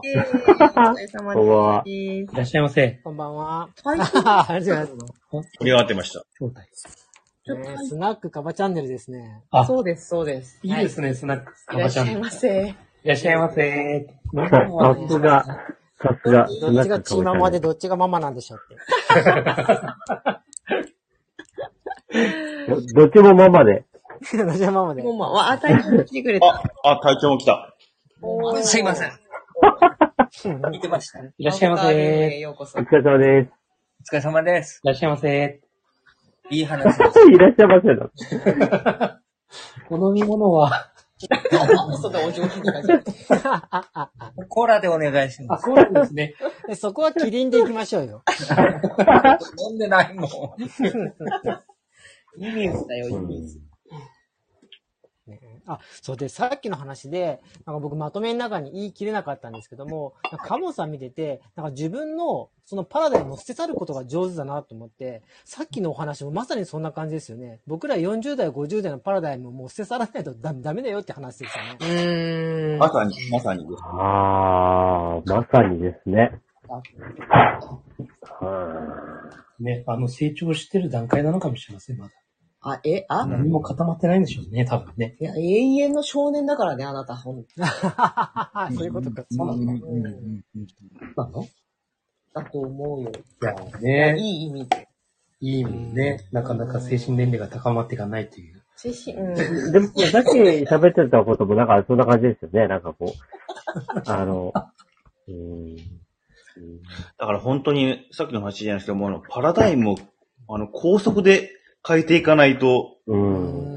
S2: えー、お疲れ様です。
S1: いらっしゃいませ。
S6: こんばんは。
S2: はい。
S6: ありがとうございます。
S4: 盛り上がってました。
S1: 招待。
S6: えー、スナックカバチャンネルですね。
S2: あ、そうです、そうです。
S1: いいですね、はい、スナックカバチャンネル。
S2: いらっしゃいませ。
S1: いらっしゃいませ。
S3: さすが、さすが。
S6: どっちがチーママでどっちがママなんでしょうって。
S3: どっちもママで。
S6: どっちもママで。
S2: ママ、あ、隊長も来てくれた。
S4: あ、あ、隊長も来た。
S5: すいません。見てました。
S1: いらっしゃいませ。
S2: ようこそ。
S3: お疲れ様です。
S5: お疲れ様です。
S1: いらっしゃいませ。
S5: いい話です。
S3: いらっしゃいませ。
S1: お飲み物は
S2: そんなお上品な感じ。
S7: コーラでお願いしま
S1: あ、
S7: す。
S1: そうなんですね。
S6: そこはキリンで行きましょうよ。
S7: 飲んでないもん。
S2: イミューズだよ、イミューズ。
S6: あ、そうで、さっきの話で、なんか僕まとめの中に言い切れなかったんですけども、なんかカモンさん見てて、なんか自分のそのパラダイムを捨て去ることが上手だなと思って、さっきのお話もまさにそんな感じですよね。僕らよんじゅう代、ごじゅう代のパラダイムをもう捨て去らないとダダメだよって話ですよね。
S2: うーん。
S4: まさに、まさにです。
S3: あー、まさにですね。
S1: ね、あの、成長してる段階なのかもしれません、まだ。
S2: あ、え、あ、
S1: 何も固まってないんでしょうね、多分ね。
S2: いや、永遠の少年だからね、あなた、ほんと。
S6: そういうことか。
S1: そうなの
S7: うんうんうんうん
S1: なの
S2: だと思うよ。
S1: いや、ね。
S2: いい意味で。
S1: いい意味でね、なかなか精神年齢が高まっていかないという。
S2: 精神、うん。
S3: でも、さっき喋ってたこともなんかそんな感じですよね。なんかこう、あの、うーん
S4: だから本当に、さっきの話じゃないですけども、あのパラダイムを、あの、高速で変えていかないと、
S3: うん。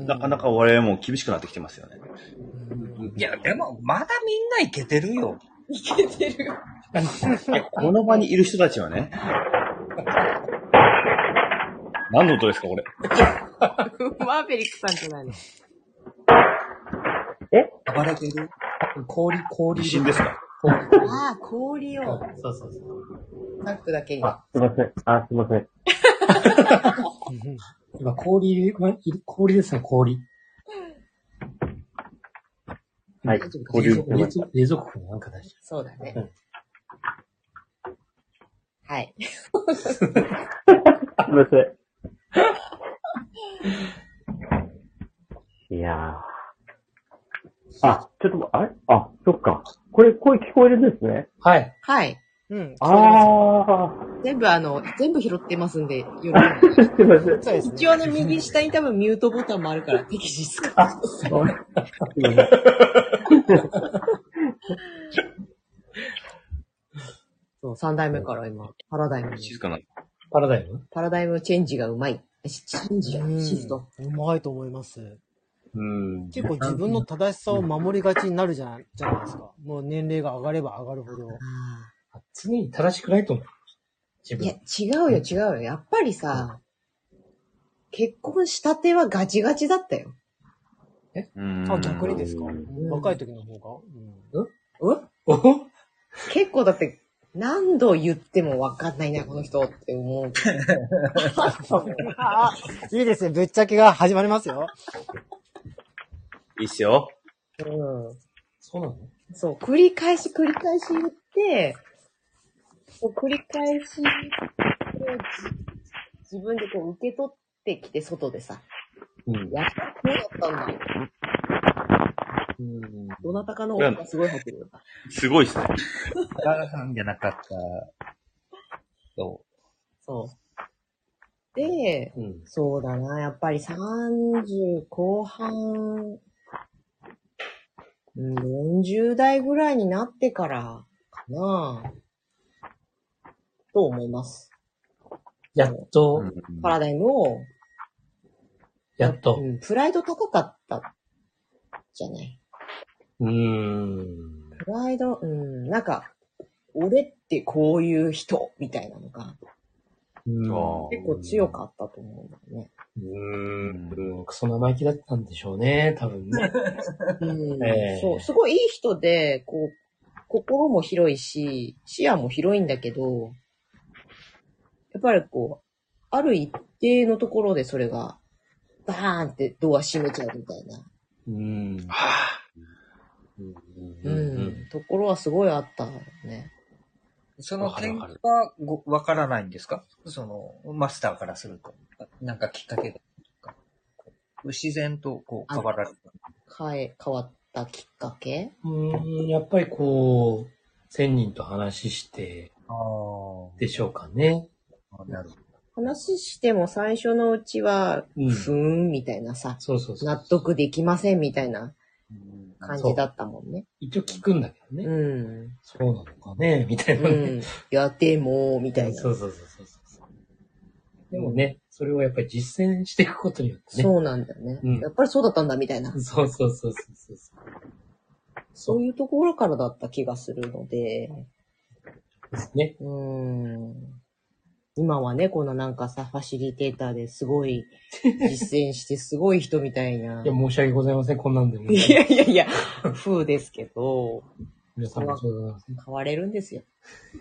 S4: なかなか我々も厳しくなってきてますよね。
S7: いや、でも、まだみんないけてるよ。
S2: いけてる。
S4: いや、この場にいる人たちはね、何の音ですか、これ。
S2: マーベリックさんじゃないの。
S7: 暴れてる
S1: 氷、氷。
S4: 地震ですか？
S2: ああ、氷を。
S1: そうそうそう。
S2: タックだけに。
S3: あ、すいません。あ、すいません。
S1: 今、氷入れ、氷ですね、氷。
S3: はい。
S1: 冷蔵庫、冷蔵冷蔵庫になんか出して。
S2: そうだね。
S1: うん
S2: はい。
S3: すいません。いやー。あ、ちょっと、あれあ、そっか。これ、声聞こえるんですね。
S1: はい。
S2: はい。
S6: うん。
S3: あ
S2: 全部あの、全部拾ってますんで、よろし
S3: ー。すいません。
S6: そうですね。
S2: 一応あの、右下に多分ミュートボタンもあるから、適時使って。
S3: すいません。
S2: そう、三代目から今、パラダイム。
S4: 静かな。
S1: パラダイム
S2: パラダイムチェンジがうまい。チェンジがシフト。
S6: うまいと思います。
S1: うん。
S6: 結構自分の正しさを守りがちになるじゃない、じゃないですか。もう年齢が上がれば上がるほど。
S1: 常に正しくないと思う。自
S2: いや、
S1: 分。
S2: 違うよ、違うよ。やっぱりさ、結婚したてはガチガチだったよ。
S6: あ、逆にですか？
S2: ん
S6: 若い時の方が、
S2: うん
S1: お
S2: 結構だって、何度言っても分かんないな、この人って思う。
S6: あいいですね。ぶっちゃけが始まりますよ。
S4: いいっすよ。
S2: うん。
S1: そうなの
S2: そう、繰り返し繰り返し言って、そう繰り返しを自分でこう受け取ってきて、外でさ。
S1: うん。
S2: やっぱこうだったんだよ。
S1: うん。
S2: どなたかの音がすごい入ってるよ。
S4: すごいっすね。
S7: ガーさんじゃなかった。そ
S2: そう。で、
S1: うん。
S2: そうだな、やっぱりさんじゅう後半、うんよんじゅう代ぐらいになってからかな、と思います。
S1: やっと、
S2: パラダイムを、
S1: やっと
S2: う。ん、プライド高かったじゃない。
S1: うーん。
S2: プライド、うん、なんか、俺ってこういう人みたいなのが
S1: うん。
S2: 結構強かったと思うんだよね。
S1: うーん。クソ生意気だったんでしょうね、多分ね。
S2: うん
S1: ええ
S2: そう、すごいいい人で、こう、心も広いし、視野も広いんだけど、やっぱりこう、ある一定のところでそれが、バーンってドア閉めちゃうみたいな、
S1: うん。
S4: は
S1: うん。
S2: う
S1: うん
S2: ん、ところはすごいあったね。
S7: う。その点
S1: わかる
S7: はごわからないんですか？その、マスターからすると。なんかきっかけが。自然とこう変わられた。
S2: 変え、変わったきっかけ
S1: うん。やっぱりこう、千人と話して、
S7: ああ。
S1: でしょうかね。
S7: なるほど。
S2: 話しても最初のうちは、
S1: うん
S2: ふーんみたいなさ、
S1: そうそうそう。
S2: 納得できませんみたいな
S7: うん
S2: 感じだったもんね。
S1: 一応聞くんだけどね。
S2: うん。
S1: そうなのかねみたいうなね。
S2: ん。いや、でも、みたいな。
S1: そうそうそうそうそう。でもね、 それをやっぱり実践していくことによってね。
S2: そうなんだよね。うん、やっぱりそうだったんだみたいな。
S1: そうそうそうそうそう。
S2: そういうところからだった気がするので。
S1: ですね。
S2: うーん。今はね、このなんかさ、ファシリテーターですごい実践してすごい人みたいな。
S1: いや、申し訳ございません、こんなんでも。
S2: いやいやいや、風ですけど。
S1: 皆さんもそうございます。
S2: 変われるんですよ。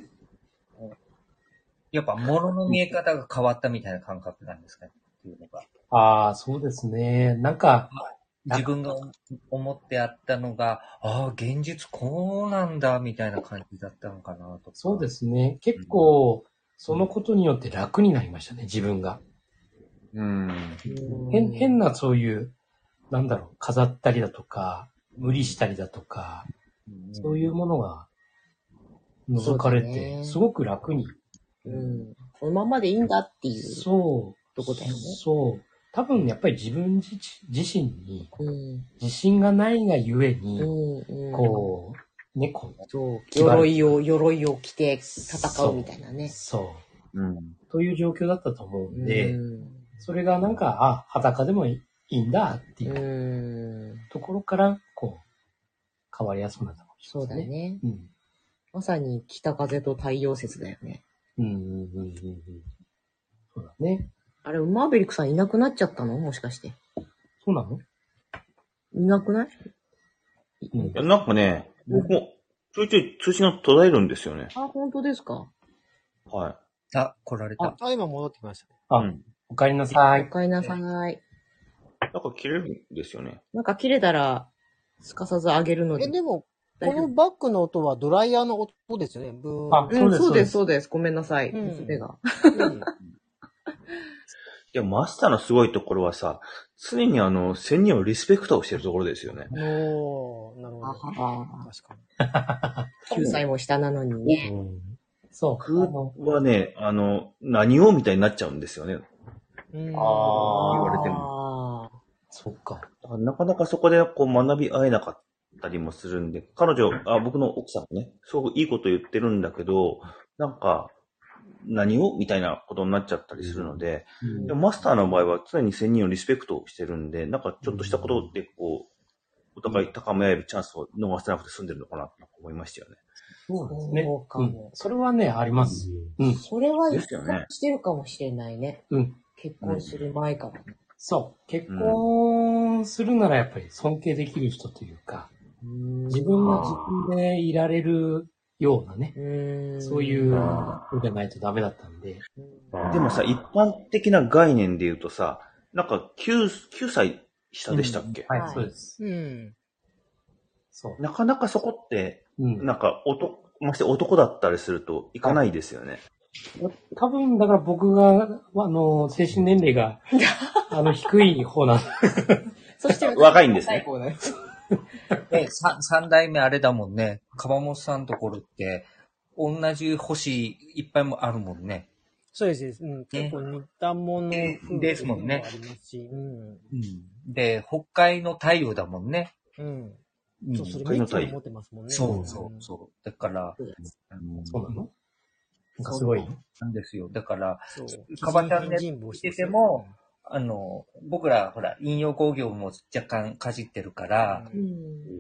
S7: やっぱ物の見え方が変わったみたいな感覚なんですかねっていうのが。
S1: ああ、そうですね。なんか、
S7: 自分が思ってあったのが、ああ、現実こうなんだ、みたいな感じだったのかなとか。
S1: そうですね。結構、そのことによって楽になりましたね、自分が。
S4: うん。
S1: 変、変なそういう、なんだろう、飾ったりだとか、無理したりだとか、うん、そういうものが除かれて、すごく楽に。
S2: うん。このままでいいんだっていう。
S1: そう。
S2: とこだよね。
S1: そう。多分やっぱり自分自自身に自信がないがゆえに、うん、こう、ね、こう、
S2: そう鎧を、鎧を着て戦うみたいなね。
S1: そう。うん。という状況だったと思うんで、うん、それがなんか、あ、裸でもいいんだっていうところから、こう、変わりやすくなったかもしれないですね。そうだね。うん。
S2: まさに北風と太陽説だよね。
S1: うん、うん、うん、うん。そうだね。
S2: あれ、マーベリックさんいなくなっちゃったの？もしかして。
S1: そうなの？
S2: いなくない？
S4: うん。いや、なんかね、僕も、ちょいちょい通信が途絶えるんですよね。
S2: あ、本当ですか？
S4: はい。
S7: あ、来られた。
S6: あ、今戻ってきました。
S1: あ、うん。お帰りなさい。
S2: お帰りなさい。なん
S4: か切れるんですよね。
S2: なんか切れたら、すかさず上げるので。
S6: え、でも、このバックの音はドライヤーの音ですよね。ブーン。
S2: あ、そうです、そうです、そうです。ごめんなさい。娘、うん、が。うん
S4: いや、マスターのすごいところはさ、常にあの、仙人をリスペクトをしてるところですよね。
S6: おー、なるほど。
S2: あ確かに。きゅうさいも下なのにね。うん、
S1: そう。
S4: 僕はね、あの、何をみたいになっちゃうんですよね。
S1: うん、ああ。言
S4: われても。
S1: そっか。
S4: なかなかそこでこう学び合えなかったりもするんで、彼女、あ、僕の奥さんもね、すごくいいこと言ってるんだけど、なんか、何をみたいなことになっちゃったりするので、うん、でもマスターの場合は常に仙人をリスペクトしてるんで、なんかちょっとしたことでこう、お互い高め合えるチャンスを逃してなくて済んでるのかなと思いましたよね。
S1: そうですね。そうかも、うん。それはね、あります。
S2: うん。それは一回してるかもしれないね。うん。結婚する前からね。
S1: そう。結婚するならやっぱり尊敬できる人というか、うん、自分が自分でいられるようなね、うそういうのじゃないとダメだったんで。
S4: でもさ、一般的な概念で言うとさ、なんか 9, きゅうさい下でしたっけ、
S1: うん、はい、そうです。
S6: うん。
S4: そう。なかなかそこって、うん、なんか男、まして男だったりするといかないですよね。
S1: 多分、だから僕が、あの、精神年齢が、あの、低い方なん
S7: そして、
S4: 若いんですね。
S7: え、三代目あれだもんね。川本さんのところって、同じ星いっぱいもあるもんね。
S6: そうです。うん。結構似たもの
S7: ですもんね。
S6: ありますし、うん。
S7: で、北海の太陽だもんね。
S6: うん。そう、それめっちゃ持ってますもんね。
S7: そうそうそう。だから、
S1: そうなの？なんかすごい
S7: なんですよ。だから、カバちゃんで見てても、あの、僕ら、ほら、引用工業も若干かじってるから、うん、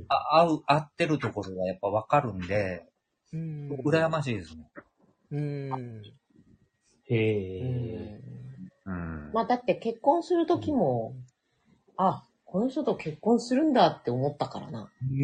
S7: あ合う、合ってるところがやっぱわかるんで、うん、羨ましいですね。うん。
S1: へえ。
S2: うん。まあ、だって結婚するときも、うん、あ、この人と結婚するんだって思ったからな。
S6: うん。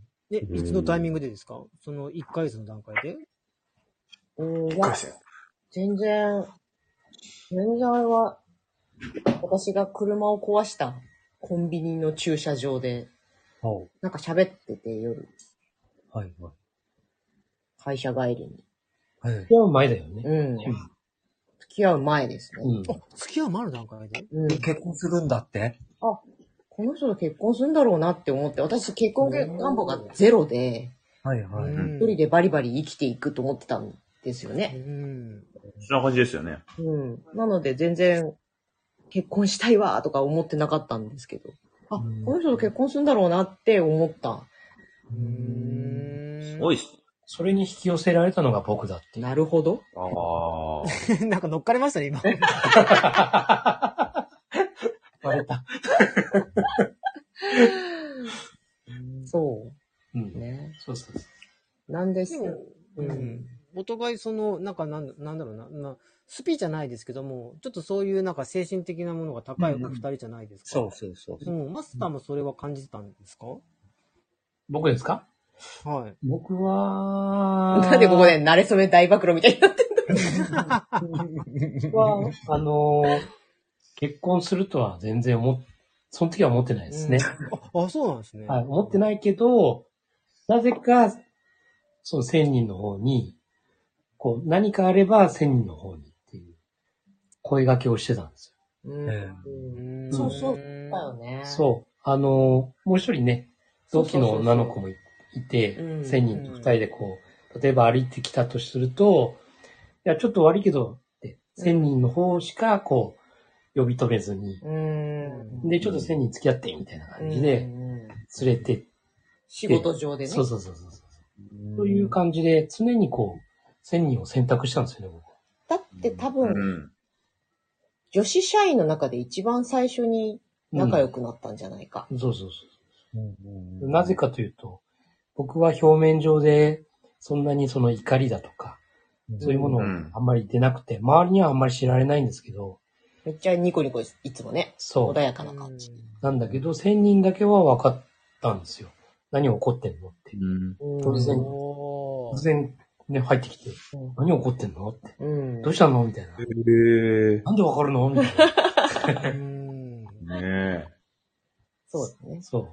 S6: で、いつのタイミングでですか？そのいっかげつの段階で？
S2: うん、いや、全然、全然あれは、私が車を壊したコンビニの駐車場で、なんか喋ってて夜。
S7: はいはい。
S2: 会社帰りに。
S1: はい。付き合う前だよね。
S2: うん。付き合う前ですね。
S6: うん、あ、付き合う前の段階で、
S7: うん、結婚するんだって
S2: あ、この人と結婚するんだろうなって思って、私結婚願望がゼロで、
S7: はいはい。
S2: 一人でバリバリ生きていくと思ってたんですよね。うん。
S4: そんな感じですよね。
S2: うん。なので全然、結婚したいわとか思ってなかったんですけど、あ、この人と結婚するんだろうなって思った。
S4: うーん。すごいっす。
S1: それに引き寄せられたのが僕だって。
S2: なるほど。
S4: ああ。
S6: なんか乗っかりましたね、今。
S1: バレた。
S2: そう。
S1: うん。
S2: ね。
S1: そうそうそう。
S2: なんです
S6: よ。うん。お互いその、なんかなん、なんだろうな、な、スピじゃないですけども、ちょっとそういうなんか精神的なものが高いお二人じゃないですか。
S7: うん、そうそうそう。
S6: うん。マスターもそれは感じてたんですか？僕
S1: ですか？
S6: はい。
S1: 僕は、
S2: なんでここで慣れ初め大暴露みたいになってん
S1: だは、あのー、結婚するとは全然思っ、その時は思ってないですね。
S6: うん、あ、あ、そうなんですね。
S1: はい、思ってないけど、なぜか、その千人の方に、こう、何かあれば千人の方にっていう声掛けをしてたんですよ。うん
S2: うん、そうそう、だよね。
S1: そう。あのー、もう一人ね、同期の女の子もいて、千人と二人でこう、例えば歩いてきたとすると、いや、ちょっと悪いけど、って千人の方しかこう、呼び止めずに、で、ちょっと千人付き合って、みたいな感じで、連れてって、
S2: 仕事上でね。
S1: そうそうそうそう。という感じで、常にこう、千人を選択したんですよね、僕。
S2: だって多分、うん、女子社員の中で一番最初に仲良くなったんじゃないか。
S1: うん、そうそうそう、うんうん。なぜかというと、僕は表面上で、そんなにその怒りだとか、そういうものをあんまり出なくて、周りにはあんまり知られないんですけど。
S2: めっちゃニコニコいつもね。そう。穏やかな感じ。
S1: なんだけど、千人だけは分かったんですよ。何起こってんのって。うん、突然、突然ね、入ってきて、うん、何起こってんのって、うん。どうしたのみたいな。へー。なんで分かるのみたいな。
S7: ねえ。
S2: そうだね。
S1: そう。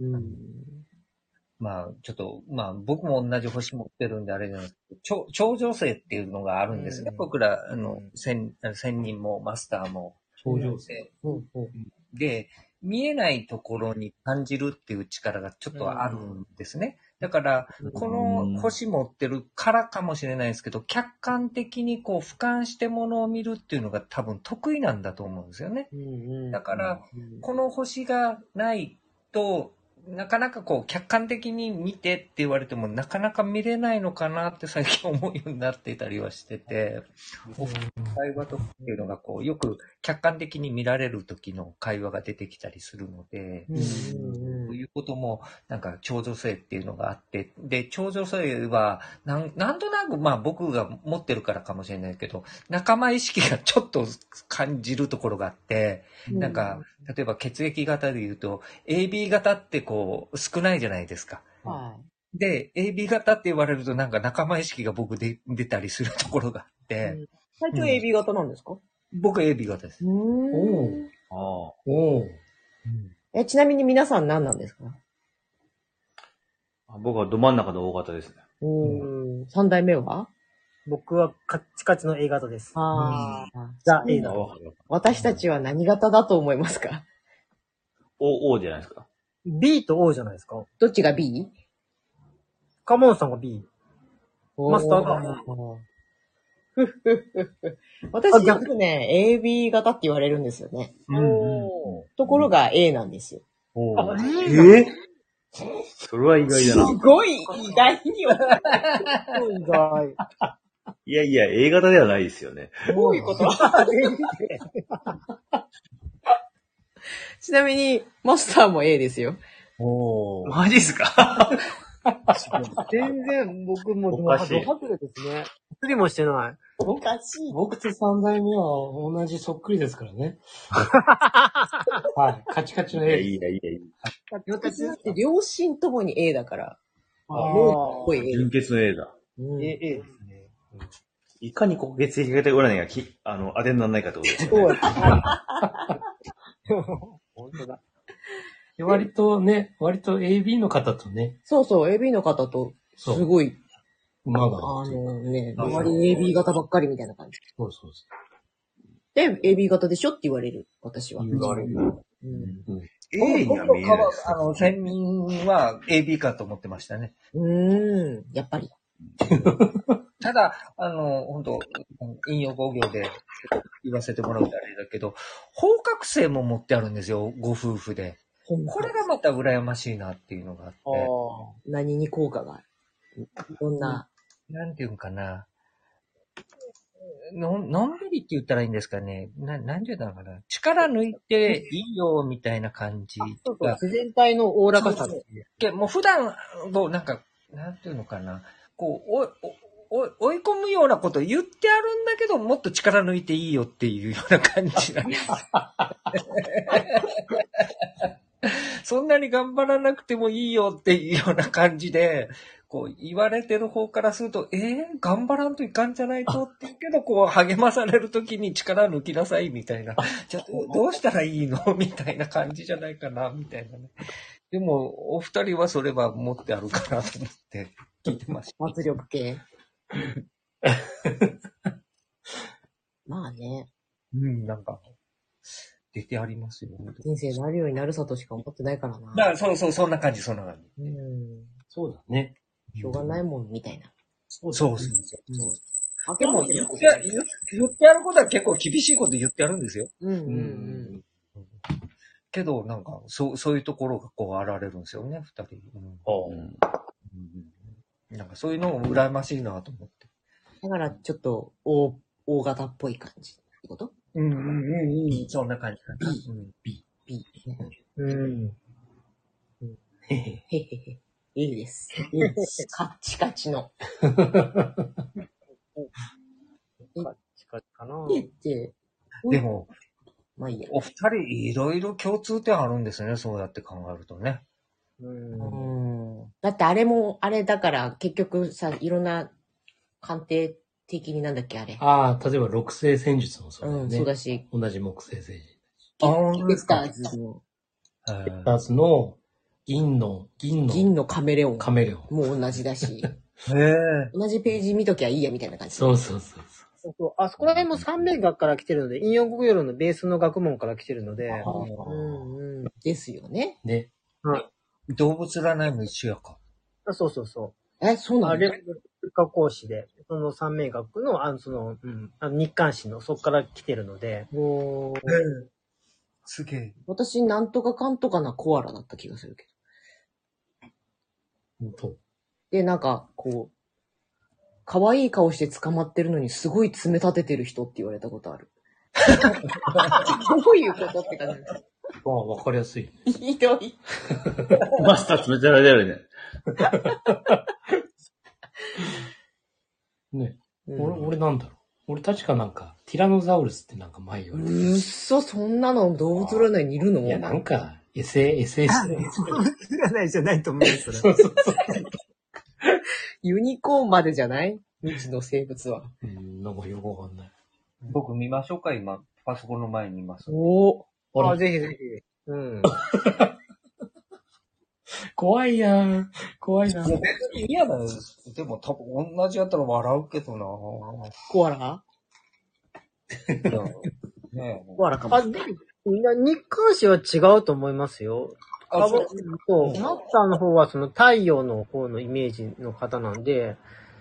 S1: うん。
S7: まあ、ちょっと、まあ、僕も同じ星持ってるんであれじゃないですけど、頂上星っていうのがあるんですね。うん、僕ら、あの、千、千人もマスターも。
S1: 頂上星。
S7: で、見えないところに感じるっていう力がちょっとあるんですね。だから、この星持ってるからかもしれないですけど、客観的にこう俯瞰してものを見るっていうのが多分得意なんだと思うんですよね。だから、この星がないと、なかなかこう客観的に見てって言われてもなかなか見れないのかなって最近思うようになっていたりはしてて、会話とかっていうのがこうよく客観的に見られる時の会話が出てきたりするので、そういうこともなんか頂上星っていうのがあって、で頂上星はなんなんとなくまあ僕が持ってるからかもしれないけど仲間意識がちょっと感じるところがあって、なんか例えば血液型で言うと エービー 型ってこう少ないじゃないですか。はい、で エービー 型って言われるとなんか仲間意識が僕で出たりするところがあって。
S2: 最初 エービー 型なんですか？
S7: 僕 エービー 型です。
S2: うーん。おお。え、ちなみに皆さん何なんですか？
S4: 僕はど真ん中の大型ですね。
S2: うん。三代目は？
S6: 僕はカッチカチの A 型です。
S2: ああ。
S6: ザ・ A だ。
S2: 私たちは何型だと思いますか？
S4: O、O じゃないですか。
S6: B と O じゃないですか。
S2: どっちが B？
S6: カモンさんが B。マスターが
S2: O。私よくね、エービー 型って言われるんですよね。うん、ところが A なんですよ。
S4: あ、えー、それは意外だな。
S2: すごい意外には。
S6: 意外。
S4: いやいや、A 型ではないですよね。
S2: どういうことちなみに、マスターも A ですよ。
S4: おー。マジっすか
S6: 全然、僕もドハズレですね。釣りもしてない。
S2: おかしい。
S1: 僕と三代目は同じそっくりですからね。はい。カチカチの A。
S4: いやいやいや。
S2: 私だって両親ともに A だから。
S4: ああ。もう、純血の A だ。
S6: うん、A、A ですね。
S4: いかにこう血液型占いがき、あの、当てにならないかってことですよね。
S6: 本当だ。
S1: 割とね、割と エービー の方とね。
S2: そうそう、エービー の方と、すごい。
S1: まだ。
S2: あのね、周り エービー 型ばっかりみたいな感じ。
S1: そうそうそ
S2: う。で、エービー 型でしょって言われる、私は。
S7: 言われる。うん。
S4: うん、A には見えないです。
S7: あの、先民は エービー かと思ってましたね。
S2: うーん、やっぱり。
S7: ただ、あの、本当引用工業で言わせてもらうとあれだけど、方角星も持ってあるんですよ、ご夫婦で。これがまた羨ましいなっていうのがあって。
S2: あ何に効果がある？どんな。
S7: なんていうんかな。 の、のんびりって言ったらいいんですかね。な、なんて言うのかな。力抜いていいよ、みたいな感じ
S6: そうそう、自然体のおおらかさっていう。
S7: でもう普段、こう、なんか、なんていうのかな。こう、お、お、お追い込むようなこと言ってあるんだけど、もっと力抜いていいよっていうような感じなんです。そんなに頑張らなくてもいいよっていうような感じで、こう言われてる方からすると、えー、頑張らんといかんじゃないとって言うけど、こう励まされるときに力抜きなさいみたいな。じゃあどうしたらいいのみたいな感じじゃないかなみたいなね。でも、お二人はそれは持ってあるかなと思って聞いてました。
S2: 圧力系。まあね。
S7: うん、なんか、出てありますよ。
S2: 人生なるようになるさとしか思ってないからな。
S7: だからそうそう、そんな感じ、そんな感じ。
S2: うん。
S1: そうだね。
S2: しょうがないもん、みたいな。
S7: そうそうそう。
S2: あ、でも
S7: 言って、言ってやることは結構厳しいこと言ってやるんですよ。
S2: うんうんうん。
S7: けど、なんか、そう、そういうところがこう現れるんですよね、二人。うんうんうん、なんかそういうのも羨ましいなと思って。
S2: だから、ちょっと、大、大型っぽい感じってこと
S7: うんうんうんうん。そんな感じかな。
S2: B。B。B。
S6: うん。
S2: へへへへ。いいです。いいです。カッチカチの。
S6: カッチカチかな。
S2: えって。
S7: でも、
S2: まあいいや。
S7: お二人いろいろ共通点あるんですね、そうやって考えるとね。
S2: うん。だってあれも、あれだから結局さ、いろんな鑑定的になんだっけ、あれ。
S1: ああ、例えば六星戦術もそうだよね。うん、
S2: そうだし。
S1: 同じ木星星人。
S2: ああ、ベスターズの。
S1: ベスターズの銀の、銀の。
S2: 銀のカメレオン。
S1: カメレオン。
S2: もう同じだし。
S7: へえ。
S2: 同じページ見ときゃいいやみたいな感じ。
S1: そうそうそう
S6: そうそう。あそこら辺も三名学から来てるので、陰陽国語のベースの学問から来てるので。
S2: うんうん。ですよね。
S1: ね。
S6: はい。
S7: 動物占いも一緒やか。
S6: あ、そうそうそう。
S2: え、そうなの？
S6: あれ、科講師で、その三名学の、あの、その、うん、あの日韓史の、そこから来てるので。
S2: おー。
S7: すげえ。
S2: 私、なんとかかんとかなコアラだった気がするけ
S1: ど。本当。
S2: で、なんか、こう、可愛い顔して捕まってるのにすごい爪立ててる人って言われたことある。どういうことって感じ。
S1: まあ、わかりやすい。
S2: ひどい。
S4: マスター詰めてられるね。
S1: ね、うん、俺、俺なんだろう。俺確かなんか、ティラノザウルスってなんか前言われてた。
S2: うっそ、そんなの動物占いにいるの？
S1: いや、なんか、エセ、エセしてる。
S6: 動物占いじゃないと思うんですよ。
S1: そうそうそう。
S2: ユニコーンまでじゃない？未知の生物は。
S1: うん、なんかよくわかんない。
S7: 僕見ましょうか、今。パソコンの前にいます。
S2: お
S6: ー。あ、ぜひぜひ。うん。
S1: 怖いやん。怖いな。
S7: 別に嫌だよ。でも多分同じやったら笑うけどな。
S2: コアラ
S7: ね
S2: コアラかも。
S6: あ、で、日韓史は違うと思いますよ。あ、そう。そう。マスターの方はその太陽の方のイメージの方なんで、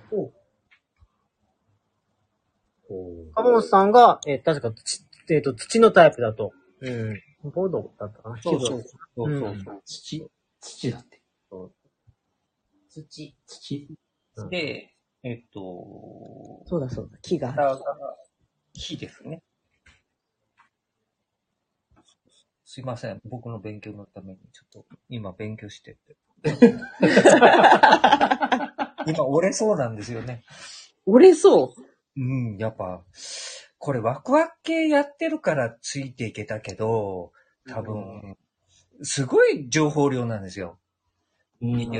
S6: カモンさんが、えー、確か土、えっと、土のタイプだと。うん。ボードだったかな。
S7: そうそう。そうそう、うん、
S1: 土、土だって。
S2: そう土。
S1: 土。
S7: で、えっと、
S2: そうだそうだ。木が。
S7: 木ですね。すいません。僕の勉強のために、ちょっと、今勉強してて。今、折れそうなんですよね。
S2: 折れそう？
S7: うん、やっぱ、これワクワク系やってるからついていけたけど、多分、すごい情報量なんですよ。
S1: うん。
S7: ね、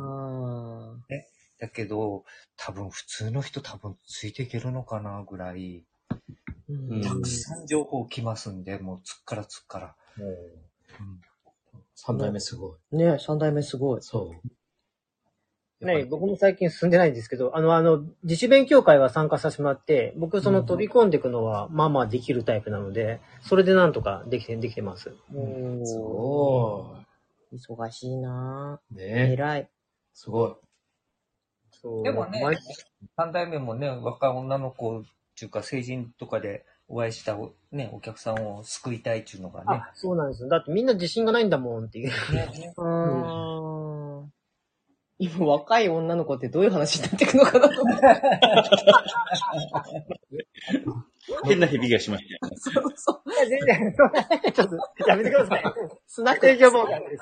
S7: だけど、多分普通の人多分ついていけるのかなぐらい、うん、たくさん情報来ますんで、もうつっからつっから。うん、
S1: 三代目すごい。
S2: ね、三代目すごい。
S1: そう。
S6: ね、僕も最近進んでないんですけど、あの、あの、自主勉強会は参加させてもらって、僕その飛び込んでいくのは、まあまあできるタイプなので、それでなんとかできて、できてます。
S2: おー。
S1: すご
S2: い。忙しいなぁ。
S1: ねえ。
S2: 偉い。
S1: すごい。
S7: そう。でもね、三代目もね、若い女の子っていうか成人とかでお会いしたね、お客さんを救いたいっていうのがね。
S6: あ、そうなんですよ。だってみんな自信がないんだもんっていう。
S2: ね、うん。 今若い女の子ってどういう話になっていくのかなと思って。
S4: 変な響きがしましたよね。
S2: そうそう。
S6: いや、全然、ちょっと、やめてください。
S2: スナック
S6: 定常妨害です。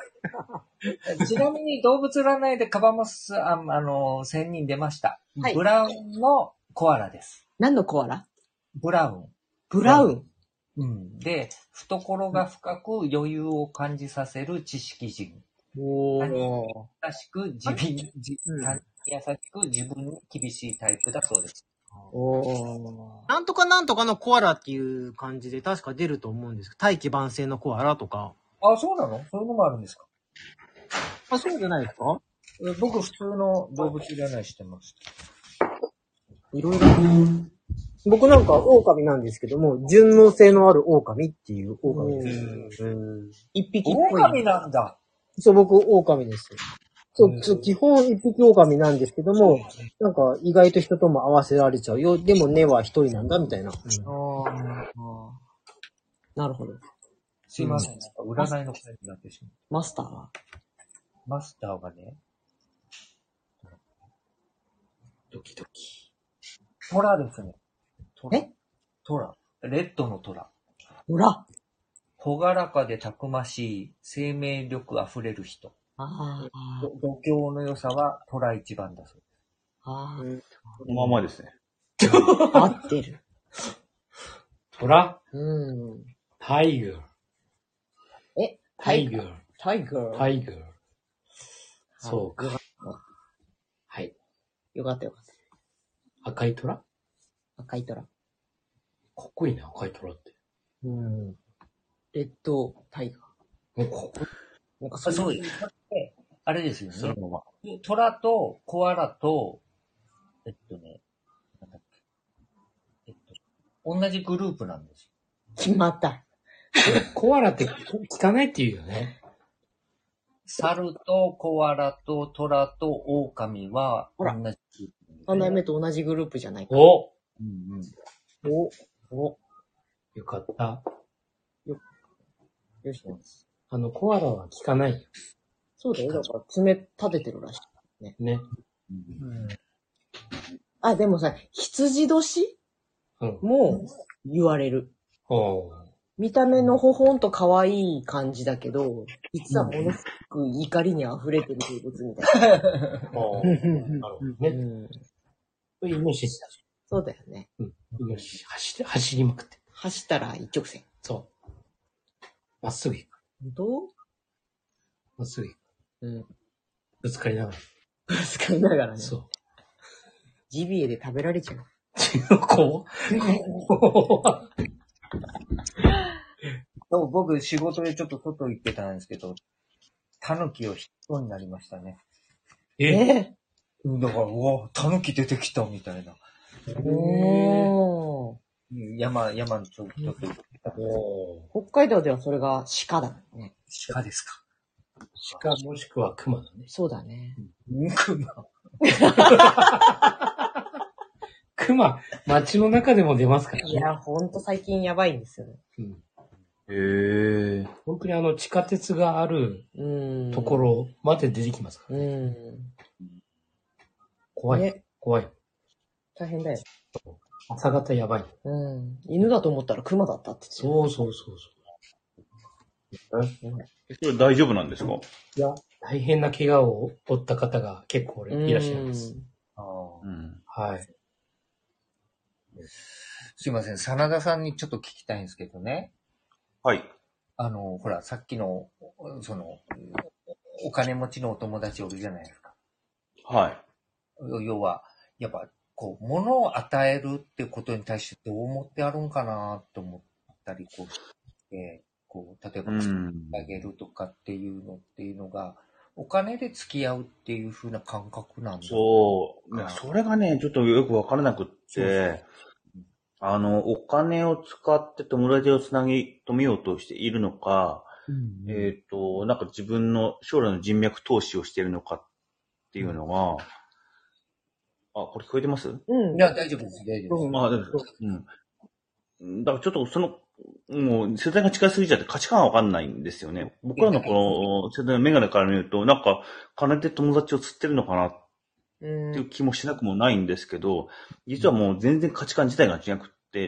S7: ちなみに動物占いでカバモス、あ、あの、仙人出ました。
S2: はい。
S7: ブラウンのコアラです。
S2: 何のコアラ？
S7: ブラウン。
S2: ブラウン。
S7: うん。で、懐が深く余裕を感じさせる知識人。
S2: おー。
S7: 優しく自分、自うん、優しく自分に厳しいタイプだそうです。
S6: おー。なんとかなんとかのコアラっていう感じで確か出ると思うんですけど、大器晩成のコアラとか。
S7: あ、そうなの？そういうのもあるんですか？
S6: あ、そうじゃないですか？
S7: 僕普通の動物占いしてます。
S6: いろいろ。僕なんか狼なんですけども、順応性のある狼っていう狼です。うん。一匹っぽい。
S7: 狼なんだ。
S6: そう、僕狼です。そう、そう、基本一匹狼なんですけども、なんか意外と人とも合わせられちゃうよ。でも根は一人なんだみたいな。うん、あ
S2: あ。なるほど。
S7: すいません。うん、占いの声になってしまう。
S2: マスターは
S7: マスターがね、
S1: ドキドキ。
S7: トラですね。
S2: トラ。え
S7: トラ。レッドのトラ。
S2: トラ。
S7: ほがらかでたくましい、生命力あふれる人。
S2: ああ。
S7: 度胸の良さはトラ一番だそうです。
S2: ああ。
S4: このままですね。
S2: 合ってる。
S1: トラ？
S2: うん。
S1: タイガー。
S2: え
S1: タイガー。
S2: タイガー。
S1: タイガー。そうか。はい。
S2: よかったよかった。
S1: 赤いトラ？
S2: 赤いトラ。か
S1: っこいいね、赤いトラって。
S2: うん。レッドタイガー。
S1: かっこいい。
S7: なんかそういう。あれですよね。そのまま。トラとコアラと、えっとね、なんだっけ。えっと、同じグループなんですよ。
S2: 決まった。
S1: コアラって聞かないって言うよね。
S7: 猿とコアラとトラと狼は同じグループ、ね。
S2: 三代目と同じグループじゃないか。
S1: お、
S7: うんうん、
S2: おお
S1: よかった。
S2: よ、よし。
S1: あの、コアラは聞かないよ。
S2: そうだよ。だから爪立ててるらしい。ね。
S1: ね。
S2: うん、あ、でもさ、羊年、うん、も言われる。
S1: お
S2: 見た目のほほんと可愛い感じだけど、実はものすごく怒りに溢れてる動物みたいな。なるほど
S1: ね。うん、イノシシだ。
S2: そうだよね。
S1: うん。イノシシ走って、走りまくって。
S2: 走ったら一直線。
S1: そう。まっすぐ行く。
S2: 本当？
S1: まっすぐ行く。
S2: うん。
S1: ぶつかりながら。
S2: ぶつかりながらね。
S1: そう。
S2: ジビエで食べられちゃう。
S1: こう
S7: そう、僕仕事でちょっと外行ってたんですけど、タヌキをヒットになりましたね。
S2: ええ
S7: ー、だから、うわ、タヌキ出てきたみたいな。
S2: おー。
S7: 山、山のちょっと、ちょっと。
S2: 北海道ではそれが鹿だね。
S7: 鹿ですか。
S1: 鹿もしくは熊だね。
S2: そうだね。
S7: うん、熊。
S1: 熊、街の中でも出ますからね。
S2: いや、ほんと最近やばいんですよね。
S1: うん、
S4: へえ。
S1: 本当にあの地下鉄があるところまで出てきますからね。
S2: うん、
S1: 怖い、ね。怖い。
S2: 大変だよ。
S1: 朝方やばい。
S2: うん。犬だと思ったら熊だったって。
S1: そうそうそう
S4: そう。それ大丈夫なんですか？
S1: いや、大変な怪我を負った方が結構いらっしゃいます。
S7: あ
S1: うん、はい。
S7: すいません、真田さんにちょっと聞きたいんですけどね。
S4: はい。
S7: あの、ほら、さっきの、その、お金持ちのお友達おるじゃないですか。
S4: はい。
S7: 要は、やっぱ、こう、物を与えるっていうことに対してどう思ってあるんかなと思ったり、こうして、こう、例えば、あげるとかっていうのっていうのが、お金で付き合うっていう風な感覚なんだ。
S4: そう。それがね、ちょっとよくわからなくって、そうそうあの、お金を使って友達をつなぎ止めようとしているのか、うんうん、えっと、なんか自分の将来の人脈投資をしているのかっていうのが、うん、あ、これ聞こえてます？
S7: うん。いや、大丈夫です。大丈夫です。
S4: あ、大丈夫です。うん。だからちょっとそのもう世代が近すぎちゃって価値観はわかんないんですよね。僕らのこの世代のメガネから見ると、なんか金で友達を釣ってるのかなっていう気もしなくもないんですけど、実はもう全然価値観自体が違くって、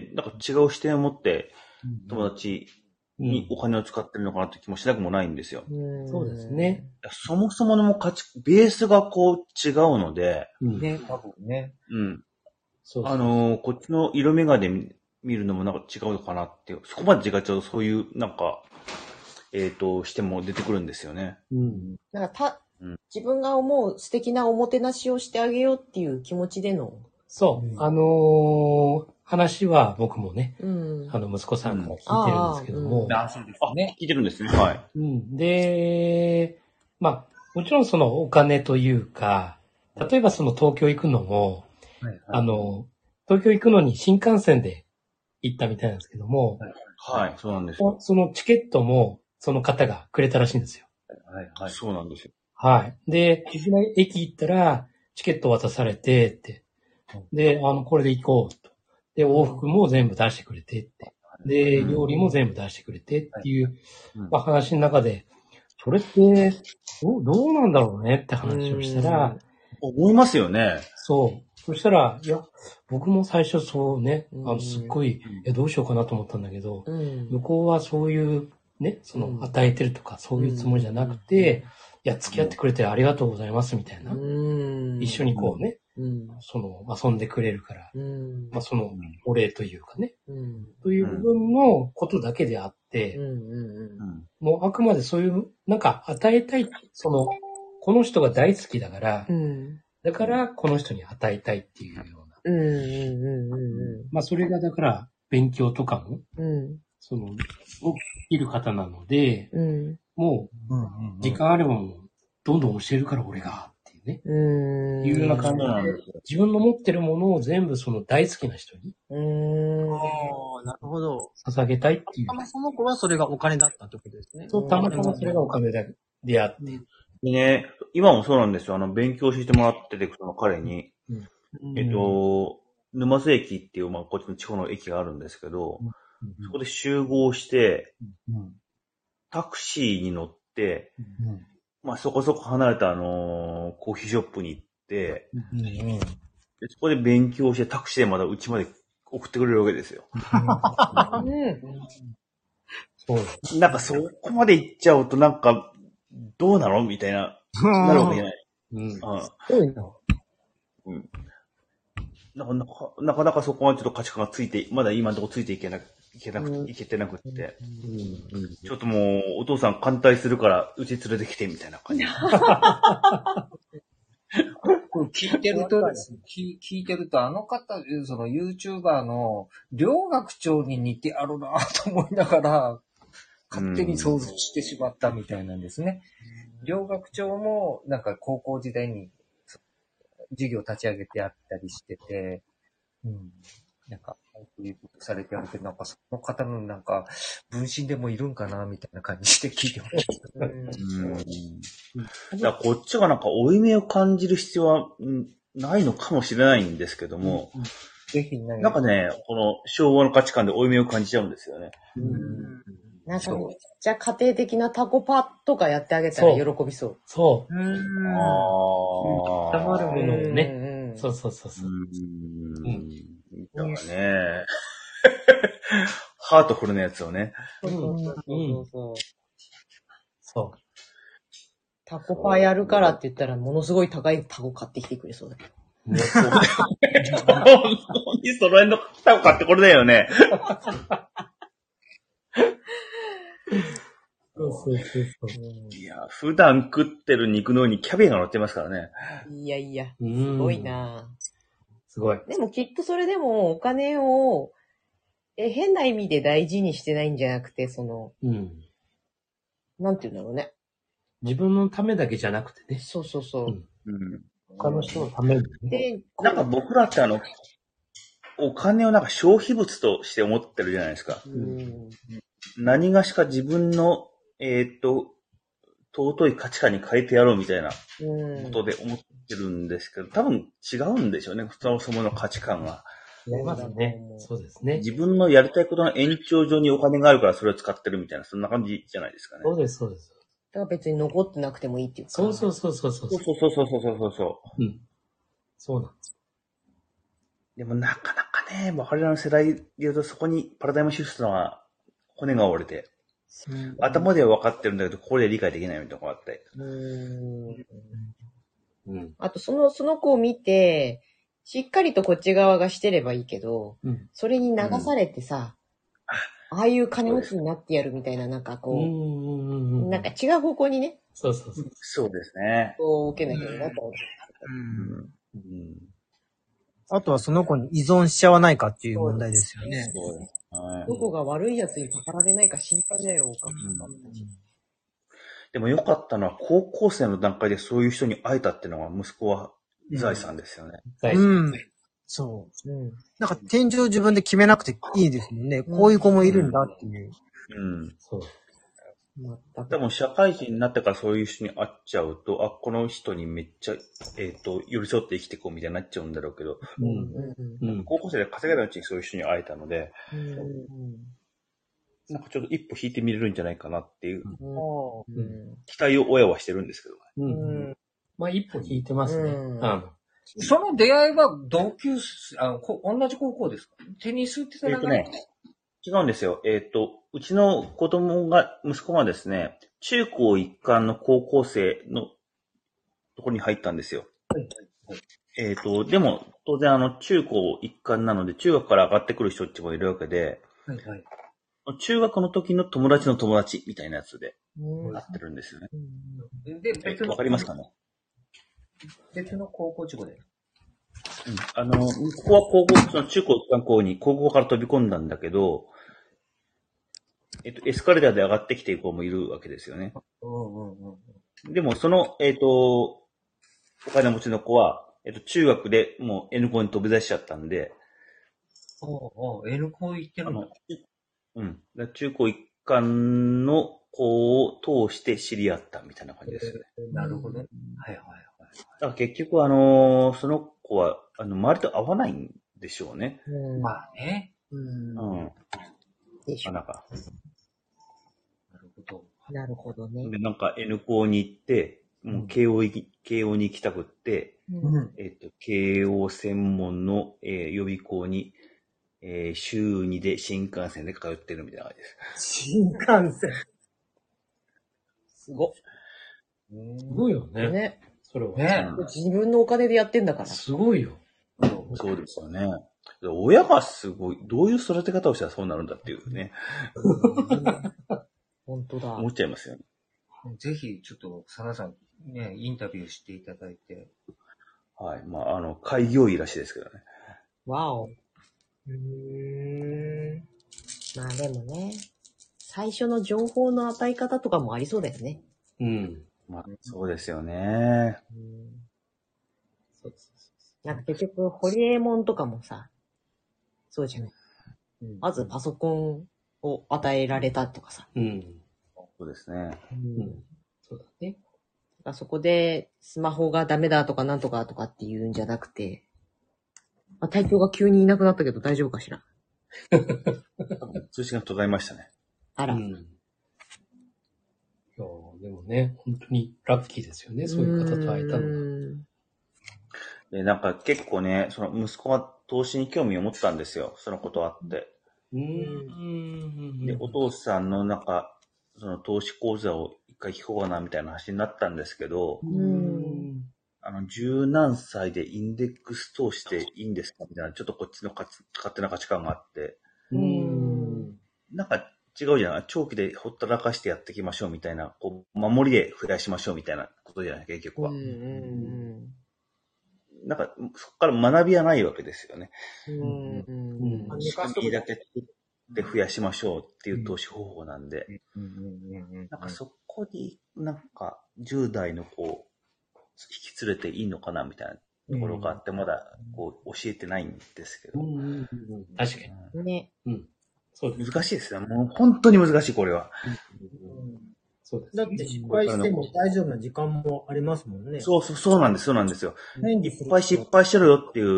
S4: なんか違う視点を持って友達にお金を使ってるのかなって気もしなくもないんですよ。
S1: うん、そうですね。
S4: そもそもの価値、ベースがこう違うので、
S7: ね、多分ね。
S4: うん。そうそうそうあのー、こっちの色眼鏡見るのもなんか違うのかなっていう、そこまで違っちゃうとそういうなんか、えっと、視点も出てくるんですよね。
S2: うん。なんかた、うん、自分が思う素敵なおもてなしをしてあげようっていう気持ちでの。
S1: そう。うん、あのー、話は僕もね、うん、あの、息子さんから聞いてるんですけども。
S7: うん、あ、そうですね。
S4: 聞いてるんですね。はい。
S1: うん。で、まあ、もちろんそのお金というか、例えばその東京行くのも、はいはい、あの、東京行くのに新幹線で行ったみたいなんですけども、
S4: はい、はい、そうなんですよ。
S1: そのチケットもその方がくれたらしいんですよ。
S4: はい、はい、そうなんですよ。
S1: はい。で、いきなり駅行ったら、チケット渡されて、って。で、あの、これで行こうと。で、往復も全部出してくれてって。で、料理も全部出してくれてっていう、まあ、話の中で、それってどう、どうなんだろうねって話をしたら、
S4: 思いますよね。
S1: そう。そしたら、いや、僕も最初そうね、あの、すっごい、え、どうしようかなと思ったんだけど、向こうはそういう、ね、その、与えてるとか、そういうつもりじゃなくて、いや、付き合ってくれてありがとうございます、みたいな。一緒にこうね、その、遊んでくれるから、まあ、その、お礼というかね、という部分のことだけであって、もうあくまでそういう、なんか与えたい、その、この人が大好きだから、だからこの人に与えたいっていうような。うんうんうんうん、まあそれがだから勉強とかも、うん、その、をいる方なので、うん、もう時間あればもうどんどん教えるから俺がっていうね。うん、いうような感じで、自分の持ってるものを全部その大好きな人に。
S6: うん、ああ、なるほど。
S1: 捧げたいっていう。
S6: たまたまその子はそれがお金だったってことですね。
S1: そう、たまたまそれがお金であって。
S4: でね、今もそうなんですよ。あの、勉強してもらってて、その彼に。うん、えっと、沼津駅っていう、まあ、こっちの地方の駅があるんですけど、うん、そこで集合して、うん、タクシーに乗って、うん、まあ、そこそこ離れた、あのー、コーヒーショップに行って、うん、でそこで勉強して、タクシーでまだ家まで送ってくれるわけですよ。そうなんかそこまで行っちゃうと、なんか、どうなのみたいな、なるわけじゃない。うん。すごいな。うん。なかなか、なかなかそこはちょっと価値観がついて、まだ今のところついていけなく、いけなく、いけてなくって、うんうん。ちょっともう、お父さん艦隊するから、うち連れてきて、みたいな感じ。
S7: 聞いてるとですね、聞いてると、あの方、その YouTuber の両学長に似てあるなと思いながら、勝手に想像してしまったみたいなんですね。両学長も、なんか高校時代に授業立ち上げてあったりしてて、うん、なんか、そういうことされてあるけど、なんかその方のなんか、分身でもいるんかな、みたいな感じで聞いてました。うん。
S4: だからこっちがなんか負い目を感じる必要はないのかもしれないんですけども、うん、ぜひなんかね、この昭和の価値観で負い目を感じちゃうんですよね。うん
S2: なんかめっちゃ家庭的なタコパとかやってあげたら喜びそう。
S1: そう。そう。うん。ああ。たまるものをね。そうそうそうそう。うん。
S4: だからね。ハートフルなやつをね。そうそうそう
S2: そう。そう。タコパやるからって言ったらものすごい高いタコ買ってきてくれそうだけど。ね、そう。本
S4: 当にその辺のタコ買ってこれだよね。そうそうそうそう。いや、普段食ってる肉の上にキャビアが乗ってますからね。
S2: いやいや、すごいな
S1: すごい。
S2: でもきっとそれでもお金を、え、変な意味で大事にしてないんじゃなくて、その、うん、なんて言うんだろうね。
S1: 自分のためだけじゃなくてね。
S2: そうそうそう。うん。
S1: 他の人のために、ね。
S4: で、なんか僕らってあの、お金をなんか消費物として思ってるじゃないですか。うん、何がしか自分の、えー、っと、尊い価値観に変えてやろうみたいなことで思ってるんですけど、多分違うんでしょうね。そもそもの価値観が。
S1: やりますね。そうですね。
S4: 自分のやりたいことの延長上にお金があるからそれを使ってるみたいな、そんな感じじゃないですかね。
S1: そうです、そうです。
S2: だから別に残ってなくてもいいっていうか。
S1: そうそうそうそうそう。
S4: そうそうそうそうそうそう。
S1: うん。そうなんです。
S4: でもなかなかね、我々の世代で言うとそこにパラダイムシフトは骨が折れて、頭では分かってるんだけど、ここで理解できないみたいなところがあって。うーん。
S2: うん。あと、その、その子を見て、しっかりとこっち側がしてればいいけど、うん、それに流されてさ、うん、ああいう金持ちになってやるみたいな、なんかこう、うん、なんか違う方向にね。
S1: そうそうそう。
S4: そうですね。
S2: こう受けなきゃいけないと思う。
S6: うん。うん。あとはその子に依存しちゃわないかっていう問題ですよね。
S2: そうです。どこが悪いやつにかかられないか心配だよ、おかみさん。
S4: でも良かったのは、高校生の段階でそういう人に会えたっていうのは、息子は財産ですよね。
S6: 財産。うん。そう。うん。なんか天井自分で決めなくていいですもんね。こういう子もいるんだっていう。
S4: うん。うん、そう。でも社会人になってからそういう人に会っちゃうと、あ、この人にめっちゃ、えっ、ー、と、寄り添って生きていこうみたいになっちゃうんだろうけど、うんうん、高校生で稼げないうちにそういう人に会えたので、うんうん、なんかちょっと一歩引いてみれるんじゃないかなっていう、うん、期待を親はしてるんですけどね。
S1: うんうん、まあ一歩引いてますね。うん
S7: うん、その出会いは同級生、あのこ同じ高校ですか？テニスって
S4: 言ったらね、違うんですよ。えっ、ー、と、うちの子供が、息子がですね、中高一貫の高校生のところに入ったんですよ。はいはい、えっ、ー、と、でも、当然あの、中高一貫なので、中学から上がってくる人ってもいるわけで、はいはい、中学の時の友達の友達みたいなやつで、なってるんですよね。で、別の、わかりますかね？
S7: 別の高校地区で。
S4: うん、あの、ここは高校、その中高一貫校に高校から飛び込んだんだけど、えっと、エスカレーターで上がってきている子もいるわけですよね。うんうんうん、でも、その、えっと、お金持ちの子は、えっと、中学でもう N 校に飛び出しちゃったんで、
S7: おう N 校行ってるの？
S4: うん。中高一貫の子を通して知り合ったみたいな感じですよね。
S7: なるほど。はいはいはい。
S4: だから結局、あのー、その子は、あの、周りと合わないんでしょうね。
S7: うん、まあね。
S4: うん。うん。でしょ。なんか。
S2: なるほど。なるほどね。
S4: で、なんか N 校に行って、もう慶応行き、慶応に行きたくって、うん、えっと、慶応専門の、えー、予備校に、えー、週にで新幹線で通ってるみたいな感じです。
S7: 新幹線
S2: すごっ。
S1: すごいよね。ね。それは。ね。
S2: 自分のお金でやってんだから。
S1: すごいよ。
S4: そうですよね。親がすごい、どういう育て方をしたらそうなるんだっていうね。
S2: 本当だ。
S4: 思っちゃいますよね。
S7: ぜひ、ちょっと、佐賀さん、ね、インタビューしていただいて。
S4: はい。まあ、あの、開業医らしいですけどね。
S2: わお。うーん。まあでもね、最初の情報の与え方とかもありそうだよね。
S4: うん。まあ、そうですよね。うん、
S2: そうそうそう。なんか結局、ホリエモンとかもさ、そうじゃない。うん、まずパソコンを与えられたとかさ。
S4: うん。そうですね。うん。
S2: そうだね。だそこで、スマホがダメだとかなんとかとかっていうんじゃなくて、まあ、体調が急にいなくなったけど大丈夫かしら。
S4: 通信が途絶えましたね。
S2: あら。うん、
S1: いやでもね、本当にラッキーですよね、そういう方と会えたのは。
S4: で、なんか結構ね、その息子は投資に興味を持ったんですよ、そのことあって。うん。で、お父さんのなんか、その投資講座を一回聞こうかなみたいな話になったんですけど、うんあの、十何歳でインデックス投資でいいんですかみたいな、ちょっとこっちの勝手な価値観があって、うんなんか違うじゃない、長期でほったらかしてやっていきましょうみたいな、こう、守りで増やしましょうみたいなことじゃない、結局は。うんうんなんか、そこから学びはないわけですよね。うんうん。仕組みだけ作って増やしましょうっていう投資方法なんで。なんかそこになんかじゅう代の子を引き連れていいのかなみたいなところがあって、まだこう教えてないんですけど。うんうんうん、
S1: 確かに。
S2: ね。
S4: うん。そうです。難しいですよ。もう本当に難しい、これは。
S1: うん、 そうです。
S6: だって失敗しても大丈夫な時間もありますもんね。
S4: そうそう、そうなんです、そうなんですよ。失敗失敗してるよっていう、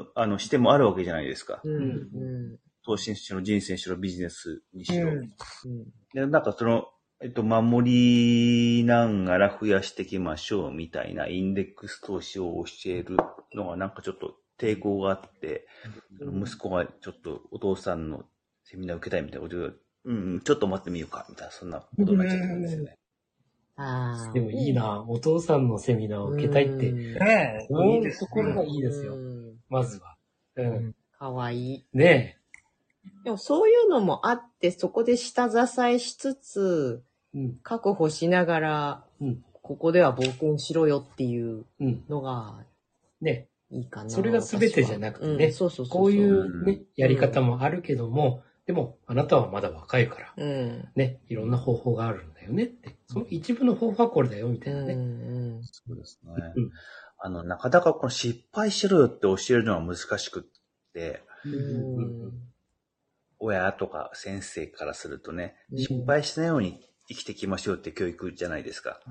S4: あの、視点もあるわけじゃないですか。うんうん、投資にしろ、人生にしろ、ビジネスにしろ。うんうん、で、なんかその、えっと、守りながら増やしていきましょうみたいなインデックス投資を教えるのがなんかちょっと抵抗があって、うん、息子がちょっとお父さんのセミナー受けたいみたいなことで、うん、ちょっと待ってみようかみたいな、そんなことになっちゃったんですよね。
S1: ああ。でもいいな、お父さんのセミナーを受けたいって。ねえ。そういうところがいいですよ。まずは。
S2: うん。かわいい。
S1: ね
S2: え。でもそういうのもあって、そこで下支えしつつ、うん、確保しながら、うん、ここでは冒険しろよっていうのが、
S1: ね。
S2: いいかな。
S1: それが全てじゃなくてね。うん、そうそうそうそう。こういうね、やり方もあるけども、でも、あなたはまだ若いから、うん、ね、いろんな方法があるんだよねって。その一部の方法はこれだよ、みたいなね。うんうん、
S4: そうですね。うん、あの、なかなかこの失敗しろよって教えるのは難しくって、うん、親とか先生からするとね、うん、失敗しないように生きていきましょうって教育じゃないですか。うん、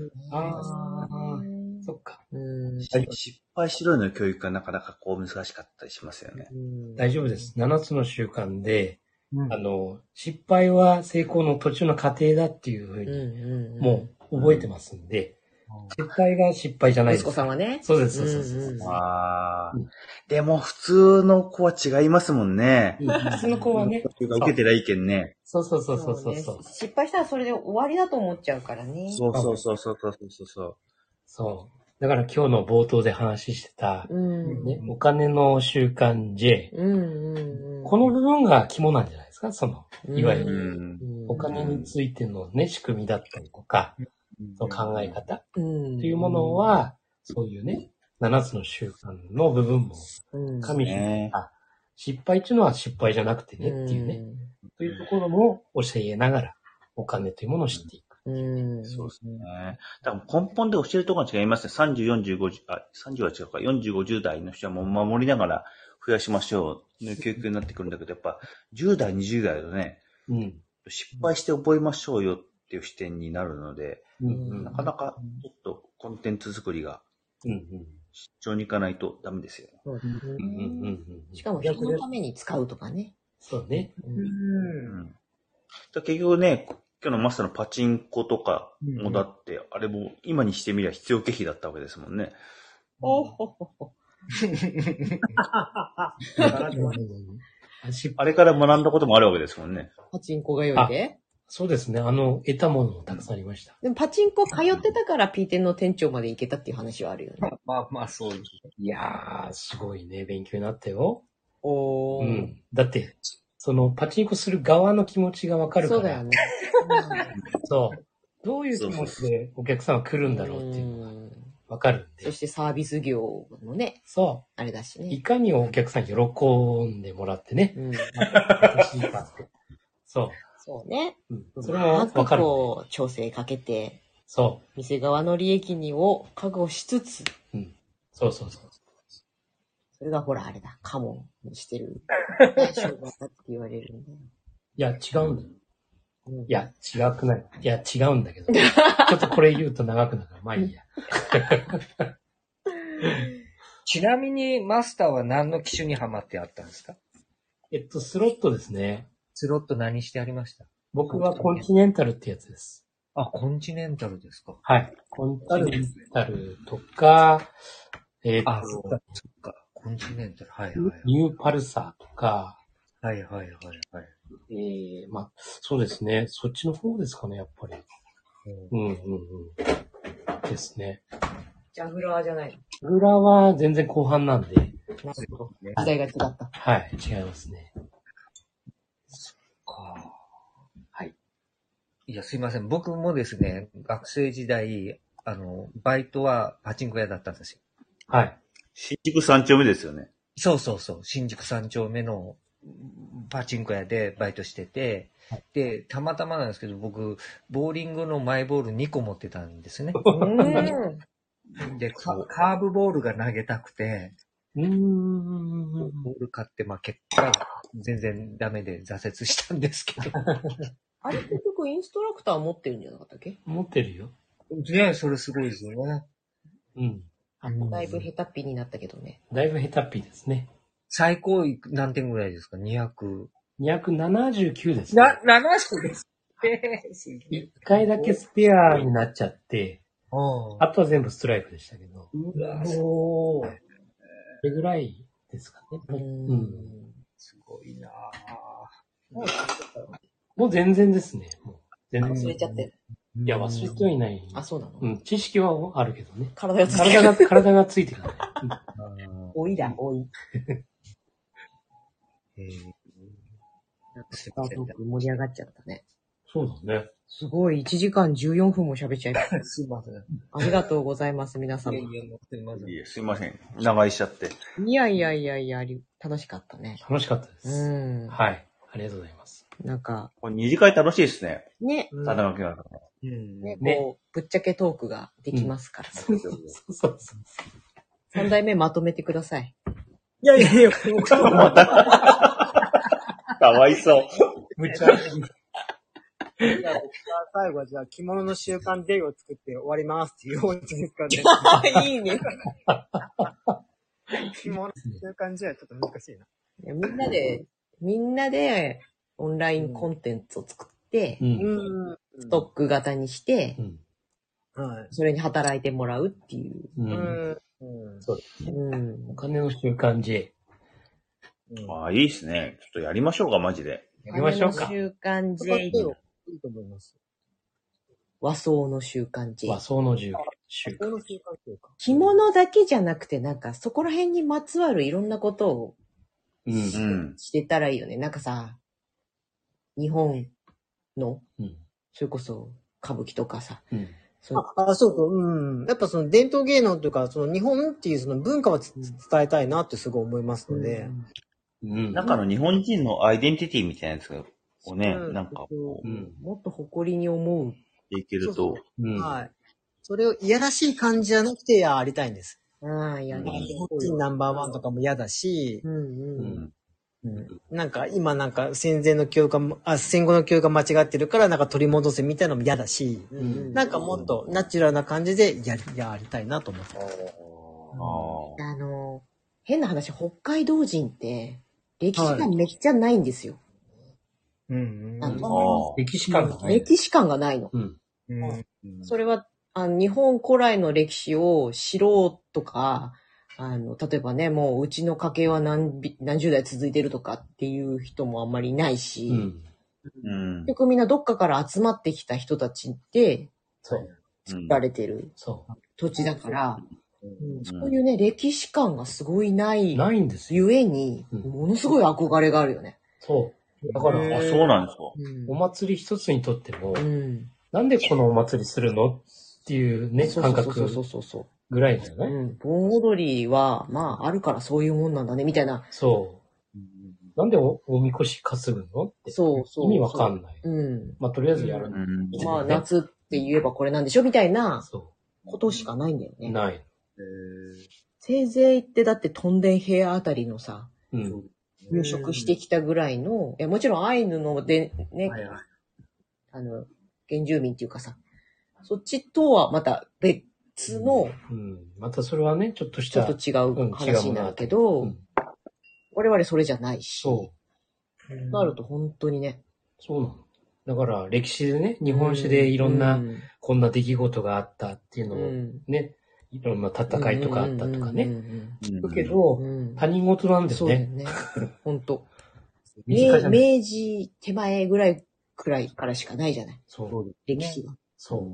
S4: あ
S1: あ、そっか、
S4: うん。失敗しろよの教育がなかなかこう難しかったりしますよね。
S1: うん、大丈夫です。ななつの習慣で、うん、あの、失敗は成功の途中の過程だっていうふうに、もう覚えてますんで、うん、失敗が失敗じゃないです。
S2: 息子さんはね。
S1: そうです、そうです。うんうん、
S4: あうん、でも普通の子は違いますもんね。
S1: 普通の子はね。
S4: 受けてない意見ね。
S1: そうそうそうそうそうそう、
S2: ね。失敗したらそれで終わりだと思っちゃうからね。
S4: そうそうそうそうそうそう。
S1: そう。だから今日の冒頭で話してた、うんね、お金の習慣 J、うんうんうん、この部分が肝なんじゃないですか、その、いわゆる、お金についてのね、仕組みだったりとか、その考え方っていうものは、そういうね、ななつの習慣の部分も加味してた、失敗っていうのは失敗じゃなくてねっていうね、というところも教えながら、お金というものを知っていく。
S4: うん、そうですね。だから根本で教えるところが違いますね。さんじゅう、よんじゅう、ごじゅう、あ、さんじゅうは違うか。よんじゅう、ごじゅう代の人はもう守りながら増やしましょう。の教育になってくるんだけど、やっぱじゅう代、にじゅう代だとね、うん、失敗して覚えましょうよっていう視点になるので、うん、なかなかちょっとコンテンツ作りが慎重にいかないとダメですよね。そうです
S2: ね。しかも人のために使うとかね。
S1: そうね。うん
S4: うん、結局ね、今日のマスターのパチンコとかもだって、うん、あれも今にしてみりゃ必要経費だったわけですもんね。おほほほ。あれから学んだこともあるわけですもんね。
S2: パチンコが良いで？
S1: そうですね。あの、得たものもたくさんありました。
S2: でもパチンコ通ってたから P 店の店長まで行けたっていう話はあるよね。
S7: まあまあそうです。
S1: いやー、すごいね。勉強になったよ。おー。うん。だって、そのパチンコする側の気持ちがわかるから。
S2: そうだよね。
S1: そう。どういう気持ちでお客さんは来るんだろうっていうのがわかるんで。
S2: そしてサービス業のね。
S1: そう。
S2: あれだしね。
S1: いかにお客さん喜んでもらってね。うん。そう。
S2: そうね。
S1: うん。それもわかる、ね。
S2: こう調整かけて。
S1: そう。
S2: 店側の利益にを確保しつつ。
S1: うん。そうそうそう。
S2: それがほらあれだ、カモンにしてる。商売だって言われるんだよ。
S1: いや、違うんだよ。うん、いや、違くない。いや、違うんだけど。ちょっとこれ言うと長くなるから、まあいいや。
S7: ちなみに、マスターは何の機種にハマってあったんですか？
S1: えっと、スロットですね。
S7: スロット何してありました？
S1: 僕はコンチネンタルってやつです。
S7: あ、コンチネンタルですか？
S1: はい。コンチネンタルとか、えー、っと、
S7: あ、そっか、そっか。コンチネンタル。はいはい、はい。
S1: ニューパルサーとか。
S7: はいはいはいはい。
S1: ええー、まあ、そうですね。そっちの方ですかね、やっぱり。うん、うん、うんうん。ですね。
S2: ジャグラーじゃない
S1: の？ジャグラーは全然後半なんで。なる
S2: ほど。時代が違った。
S1: はい、違いますね。
S7: そっか。
S1: はい。
S7: いや、すいません。僕もですね、学生時代、あの、バイトはパチンコ屋だったんですよ。
S1: はい。
S4: 新宿三丁目ですよね。
S7: そうそうそう。新宿三丁目のパチンコ屋でバイトしてて、はい、で、たまたまなんですけど、僕、ボーリングのマイボールにこ持ってたんですね。でカ、カーブボールが投げたくて、うーんボール買って、まあ結果、全然ダメで挫折したんですけど。
S2: あれ結局インストラクター持ってるんじゃなかったっけ？
S1: 持ってるよ。
S7: ね、それすごいですよね。
S1: うん。
S2: あ、だいぶヘタっぴになったけどね。
S1: だいぶヘタっぴですね。
S7: 最高何点ぐらいですか？ にひゃく。
S1: にひゃくななじゅうきゅうですね。
S7: な、ななじゅうです。
S1: 一回だけスペアになっちゃって、あとは全部ストライクでしたけど。
S7: うわおー。
S1: それぐらいですかね。
S2: うん。
S7: すごいなぁ。
S1: もう全然ですね。もう全然。
S2: 忘れちゃってる。
S1: いや、忘れてはいない。
S2: あ、そうなの？
S1: うん、知識はあるけどね。
S2: 体がつい
S1: てる。体が、体がついてる、ね。
S2: 多いだ、多い。
S7: えー、
S2: スタートーク盛り上がっちゃったね。
S1: そうだね。
S2: すごい、いちじかんじゅうよんふんも喋っちゃいました。
S7: すいません。
S2: ありがとうございます、皆様。
S7: いやいや、すいません。
S4: いえ、すいません。長居しちゃって。
S2: いやいやいやいや、楽しかったね。
S1: 楽しかったです。
S2: うん。
S1: はい。ありがとうございます。
S2: なんか。
S4: これ二次会楽しいですね。
S2: ね。
S4: ただの気が。
S2: うん。ね、こう、ぶっちゃけトークができますから。
S1: そうそうそう。
S2: 三代目まとめてください。
S7: いやいやいや、か
S4: わいそう。
S6: むちゃくちゃ。じゃあ、僕は最後はじゃあ、着物の習慣デーを作って終わりますっていう感じですか
S2: ね。いいね。
S6: 着物の習慣じゃちょっと難しいな。
S2: いやみんなで、みんなでオンラインコンテンツを作って、うん、ストック型にして、うん、それに働いてもらうっていう。うん
S1: うん、そうですね。うん、お金の習慣 J。
S4: うん、ああ、いいですね。ちょっとやりましょうか、マジで。
S1: やりましょうか。
S2: 習慣 J。
S6: いいと思います。
S2: 和装の習慣 J。
S1: 和装の習慣。
S2: 着物だけじゃなくて、なんかそこら辺にまつわるいろんなことを、うん、してたらいいよね。なんかさ、日本の、うん、それこそ歌舞伎とかさ、うん
S6: あ、あ、そうか、うん。やっぱその伝統芸能というか、その日本っていうその文化を伝えたいなってすごい思いますので。
S4: うん。なんかあの日本人のアイデンティティみたいなやつをね、うん、なんか、
S2: うん、もっと誇りに思う。
S4: いけると。
S6: うん、はい。それをいやらしい感じじゃなくてやりたいんです。
S2: ああ、いや、
S6: 日本人ナンバーワンとかも嫌だし、うんうんうんうん、なんか今なんか戦前の教育が、あ、戦後の教育が間違ってるからなんか取り戻せみたいなのも嫌だし、うん、なんかもっとナチュラルな感じでやり、やりたいなと思ってます。
S2: うん、あの、変な話、北海道人って歴史がめっちゃないんですよ。はい、うんうん、
S1: 歴史観がない。
S2: 歴史観がないの。うんうん、それはあの日本古来の歴史を知ろうとか、あの、例えばね、もううちの家系は何、何十代続いてるとかっていう人もあんまりいないし、うんうん、結局みんなどっかから集まってきた人たちで作られてる土地だから、うん、そういうね、歴史観がすごいない、
S1: ないんですよ。
S2: ゆえに、ものすごい憧れがあるよね。
S1: そう。だから、
S4: あ、そうなんですか。
S1: お祭り一つにとっても、うん、なんでこのお祭りするのっていうね、感覚。そうそうそうそう。ぐらいだよね。うん。
S2: 盆踊りは、まあ、あるからそういうもんなんだね、みたいな。
S1: そう。なんで お, おみこし担ぐのって。そうそう。意味わかんない。うん。まあ、とりあえずやる、
S2: うん。まあ、夏って言えばこれなんでしょみたいなことしかないんだよね。
S1: ない。
S2: せいぜいってだってトンデンヘアあたりのさ、うん。入植してきたぐらいの、いや、もちろんアイヌので、ね、はいはい、あの、原住民っていうかさ、そっちとはまた別、の、
S1: うん、またそれはね、ちょっとした。
S2: ちょっと違う話になるけど、うん、我々それじゃないし。そう。なると本当にね。
S1: そうなの。だから歴史でね、日本史でいろんな、うん、こんな出来事があったっていうのをね、うん、いろんな戦いとかあったとかね。聞くけど、うん、他人事なんだよね。そうだよね。
S2: 本当。明治手前ぐらいくらいからしかないじゃない。そう。歴史は。そう。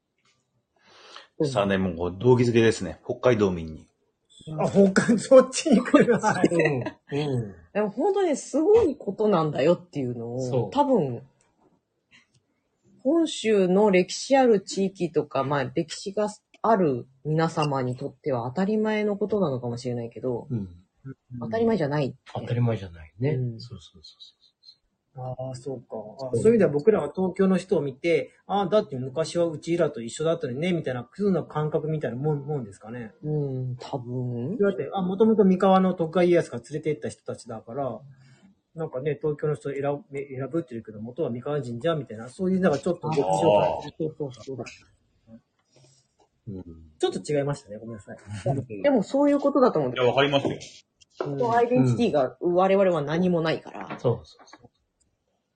S4: さあね、もう道義づけですね。北海道民に。
S6: あ、北海道、そっちに来るな。
S2: うん。うん。でも本当にすごいことなんだよっていうのを、多分、本州の歴史ある地域とか、まあ歴史がある皆様にとっては当たり前のことなのかもしれないけど、うん、当たり前じゃない、ね。
S1: 当たり前じゃないね。うん、そうそうそうそう。
S6: ああ、そうか。あそういう意味では僕らは東京の人を見て、ああ、だって昔はうちらと一緒だったのにね、みたいな、そういうな感覚みたいなもん、もんですかね。
S2: うん、多分。
S6: だって、あ、もともと三河の徳川家康が連れて行った人たちだから、 なんかね、東京の人選ぶ、選ぶっていうけど、元は三河人じゃんみたいな、そういうなんかちょっと歴史を感じる。そうそうそう。うん、ちょっと違いましたね。ごめんなさい。
S2: でもそういうことだと思うんだ
S4: よ。いや、わかりますよ。
S2: うん、アイデンティティが我々は何もないから。
S1: うん、そうそうそう。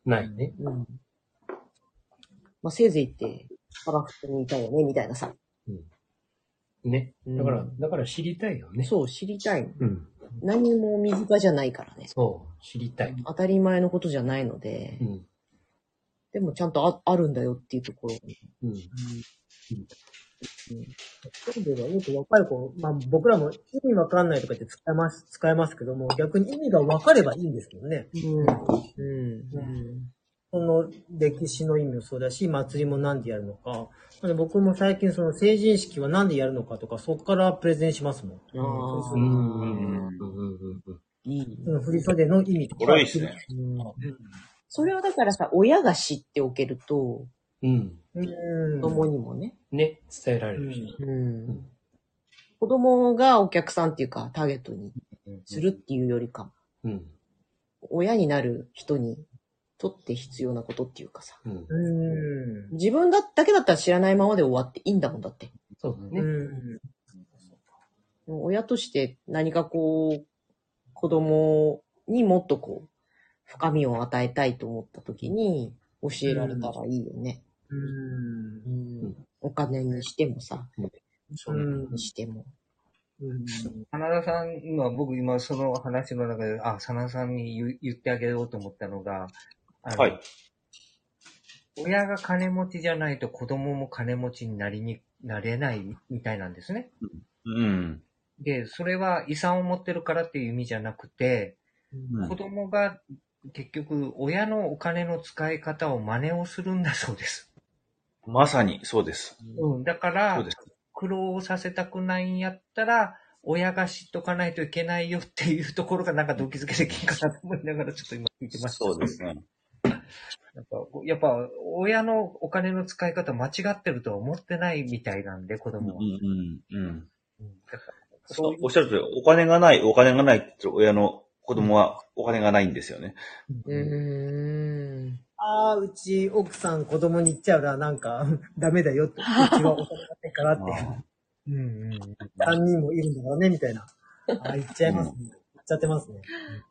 S1: ないね。
S2: うん。まあ、せいぜいって、パラフトにいたよね、みたいなさ。
S1: うん。ね。だから、うん、だから知りたいよね。
S2: そう、知りたい。
S1: うん。
S2: 何も身近じゃないからね。
S1: そう、知りたい。
S2: 当たり前のことじゃないので。うん。でもちゃんと あ, あるんだよっていうところ。うん。うん
S6: うん。そういうのはよく若い子、まあ僕らも意味わかんないとかって使います、使いますけども、逆に意味がわかればいいんですけどね。うん。うん。うん、その歴史の意味もそうだし、祭りもなんでやるのか。僕も最近その成人式はなんでやるのかとか、そこからプレゼンしますもん。ああ。うん。いい。振り袖の意味とか。
S4: これいいですね。うん。
S2: それはだからさ、親が知っておけると、
S1: うん。
S2: 子供にもね。
S1: ね、伝えられるし。
S2: うん。子供がお客さんっていうか、ターゲットにするっていうよりか、うん。親になる人にとって必要なことっていうかさ。うん。自分だだけだったら知らないままで終わっていいんだもんだって。
S1: そうだね。うん。
S2: 親として何かこう、子供にもっとこう、深みを与えたいと思った時に教えられたらいいよね。うんうん、お金にしてもさ、それにしても。
S7: 真田さん、今僕今その話の中で、あ、真田さんに 言, 言ってあげようと思ったのが、あのはい。親が金持ちじゃないと子供も金持ちになりになれないみたいなんですね。うん。で、それは遺産を持ってるからっていう意味じゃなくて、うん、子供が結局親のお金の使い方を真似をするんだそうです。
S4: まさにそうです。
S7: うん、だから、苦労させたくないんやったら、親が知っとかないといけないよっていうところがなんか動機づけできんかなと思いながらちょっと今聞いてました。
S4: そうですね。
S7: なんかやっぱ親のお金の使い方間違ってるとは思ってないみたいなんで、子供は。うんうんうん。うん、
S4: そうおっしゃるとおり、お金がない、お金がないって言って親の子供はお金がないんですよね。
S6: うん。うんああ、うち奥さん子供に言っちゃうらなんかダメだよって。うちはお金がないからって。うんうん。三人もいるんだからね、みたいな。ああ、言っちゃいますね。うん、言っちゃってますね。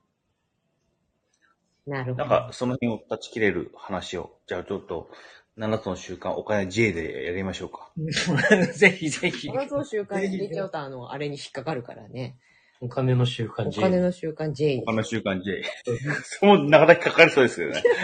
S2: なるほど。
S4: なんか、その辺を断ち切れる話を、じゃあちょっと、ななつの習慣、お金 J でやりましょうか。
S7: ぜひぜひ。
S2: ななつの習慣入れちゃうと、あの、あれに引っかかるからね。
S1: お金の習慣 J。
S2: お金の習慣 J。
S4: お金の習慣 J。そう、なかなかかかりそうですけどね。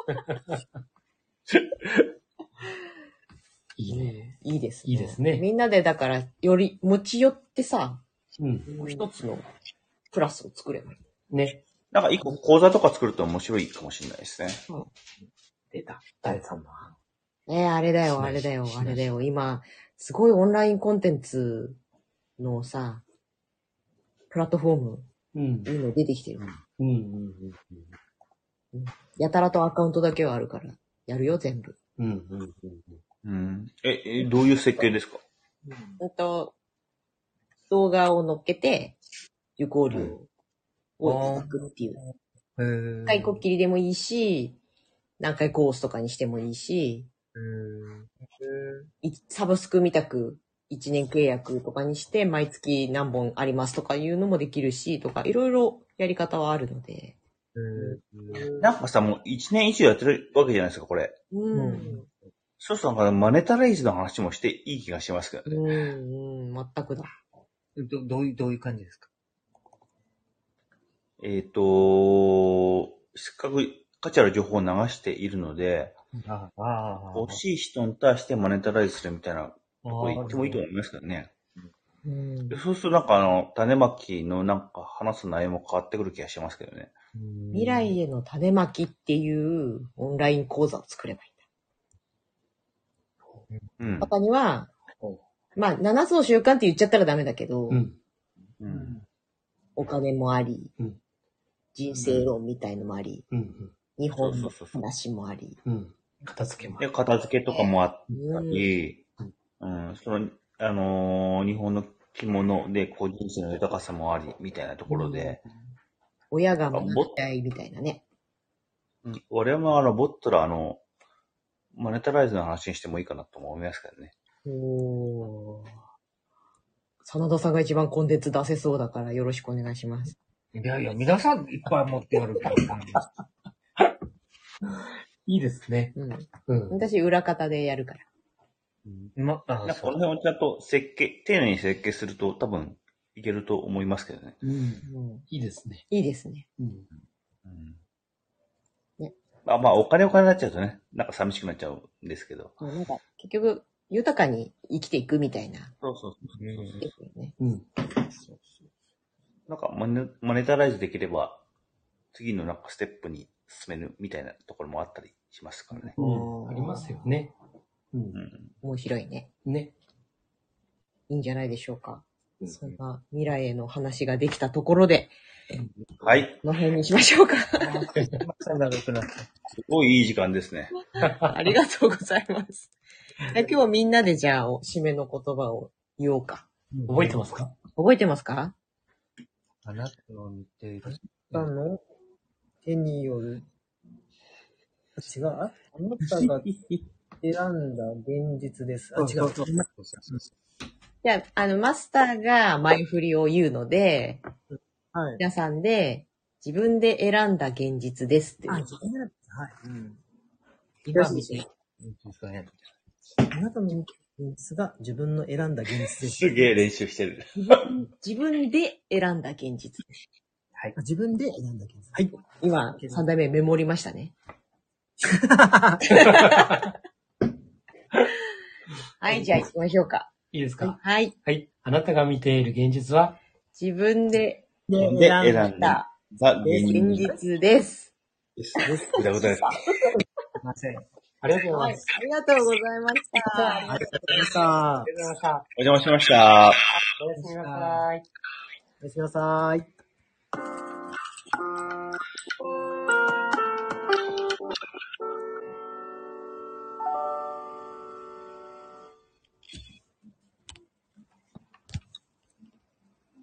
S1: いいね。
S2: いいです
S1: ね。いいですね。
S2: みんなでだから、より持ち寄ってさ、うん、一つのクラスを作ればいい。
S1: ね。
S4: なんか一個講座とか作ると面白いかもしれないですね。うん、
S1: 出た。誰さんの。
S2: えー、あれだよ、あれだよ、あれだよ。今、すごいオンラインコンテンツのさ、プラットフォーム、うん、いいの出てきてる。うんうんうんうん、やたらとアカウントだけはあるから、やるよ、全部。うんうんうん
S4: うん、え、え、どういう設計ですか？
S2: うんと、動画を乗っけて、受講料をいただくっていう。一回こっきりでもいいし、何回コースとかにしてもいいし、サブスクみたくいちねん契約とかにして毎月何本ありますとかいうのもできるし、とかいろいろやり方はあるので。
S4: なんかさ、もういちねん以上やってるわけじゃないですか、これ。うん。そうするとなんかマネタライズの話もしていい気がしますけどね。
S2: うん、うん、全くだ。
S7: ど、どういう、どういう感じですか？
S4: えっと、せっかく価値ある情報を流しているので、ああ欲しい人に対してマネタライズするみたいなところ言ってもいいと思いますけどね。うん、そうするとなんかあの、種まきのなんか話す内容も変わってくる気がしますけどね。
S2: 未来への種まきっていうオンライン講座を作ればいいんだ。うん。他には、まあ、ななつの習慣って言っちゃったらダメだけど、うんうん、お金もあり、うん、人生論みたいのもあり、うんうん、日本の話もあり、
S1: うん、片付けもあ
S4: り。で、片付けとかもあったり、うんうん、その、あのー、日本の着物で、こう、人生の豊かさもあり、みたいなところで、
S2: 親が学びたいみたいなね。
S4: うん、俺もあの、ボットラ、あの、マネタライズの話にしてもいいかなと思いますけどね。
S2: おー。真田さんが一番コンテンツ出せそうだからよろしくお願いします。
S7: いやいや、皆さんいっぱい持ってやるから。
S1: いいですね。
S2: うん。うん、私、裏方でやるから。
S4: うん、ま、あ、なんかこの辺をちゃんと設計、丁寧に設計すると多分いけると思いますけどね。
S1: うん。うん、いいですね。
S2: いいですね。うん。
S4: うんね、まあまあ、お金お金になっちゃうとね、なんか寂しくなっちゃうんですけど。
S2: なんか、結局、豊かに生きていくみたいな。
S4: そうそうそうそう。ですよ
S2: ね。うん。そう
S4: そう。なんかマネ、マネタライズできれば、次のなんかステップに進めるみたいなところもあったりしますからね。
S1: うん、ありますよね。
S2: うん。面白いね。
S1: ね。
S2: いいんじゃないでしょうか。うん、そんな未来への話ができたところで、
S4: はい。
S2: この辺にしましょうか。
S4: すごいいい時間ですね。
S2: ありがとうございます。今日はみんなでじゃあ、締めの言葉を言おうか。
S1: 覚えてますか？
S2: 覚えてますか？
S7: あなたの見ている。
S6: あなたの手による。違う？あなたが選んだ現実です。あ、違う。
S2: じゃあ、あの、マスターが前振りを言うので、
S6: はい、
S2: 皆さんで自分で選んだ現実ですっていう。
S6: あ、自分で選んだ。はい。うん。
S2: 今見て。
S6: あなたの現実が自分の選んだ現実です。
S4: すげえ練習してる。
S2: 自分で選んだ現実です。
S6: はい。自分で選んだ現実。
S2: はい。今、三代目メモりましたね。はい、じゃあ行きましょうか。
S1: いいですか？
S2: はい。
S1: はい。あなたが見ている現実は
S2: 自分で
S4: 選んだ
S2: 現実です。
S4: です。ぐだぐだです。
S6: すいません。
S1: ありがとうございます。
S2: ありがとうございました。
S6: ありがとうございました。
S1: ありがとうございました。
S4: お邪魔しました。
S1: おやすみなさい。
S6: おやすみなさい。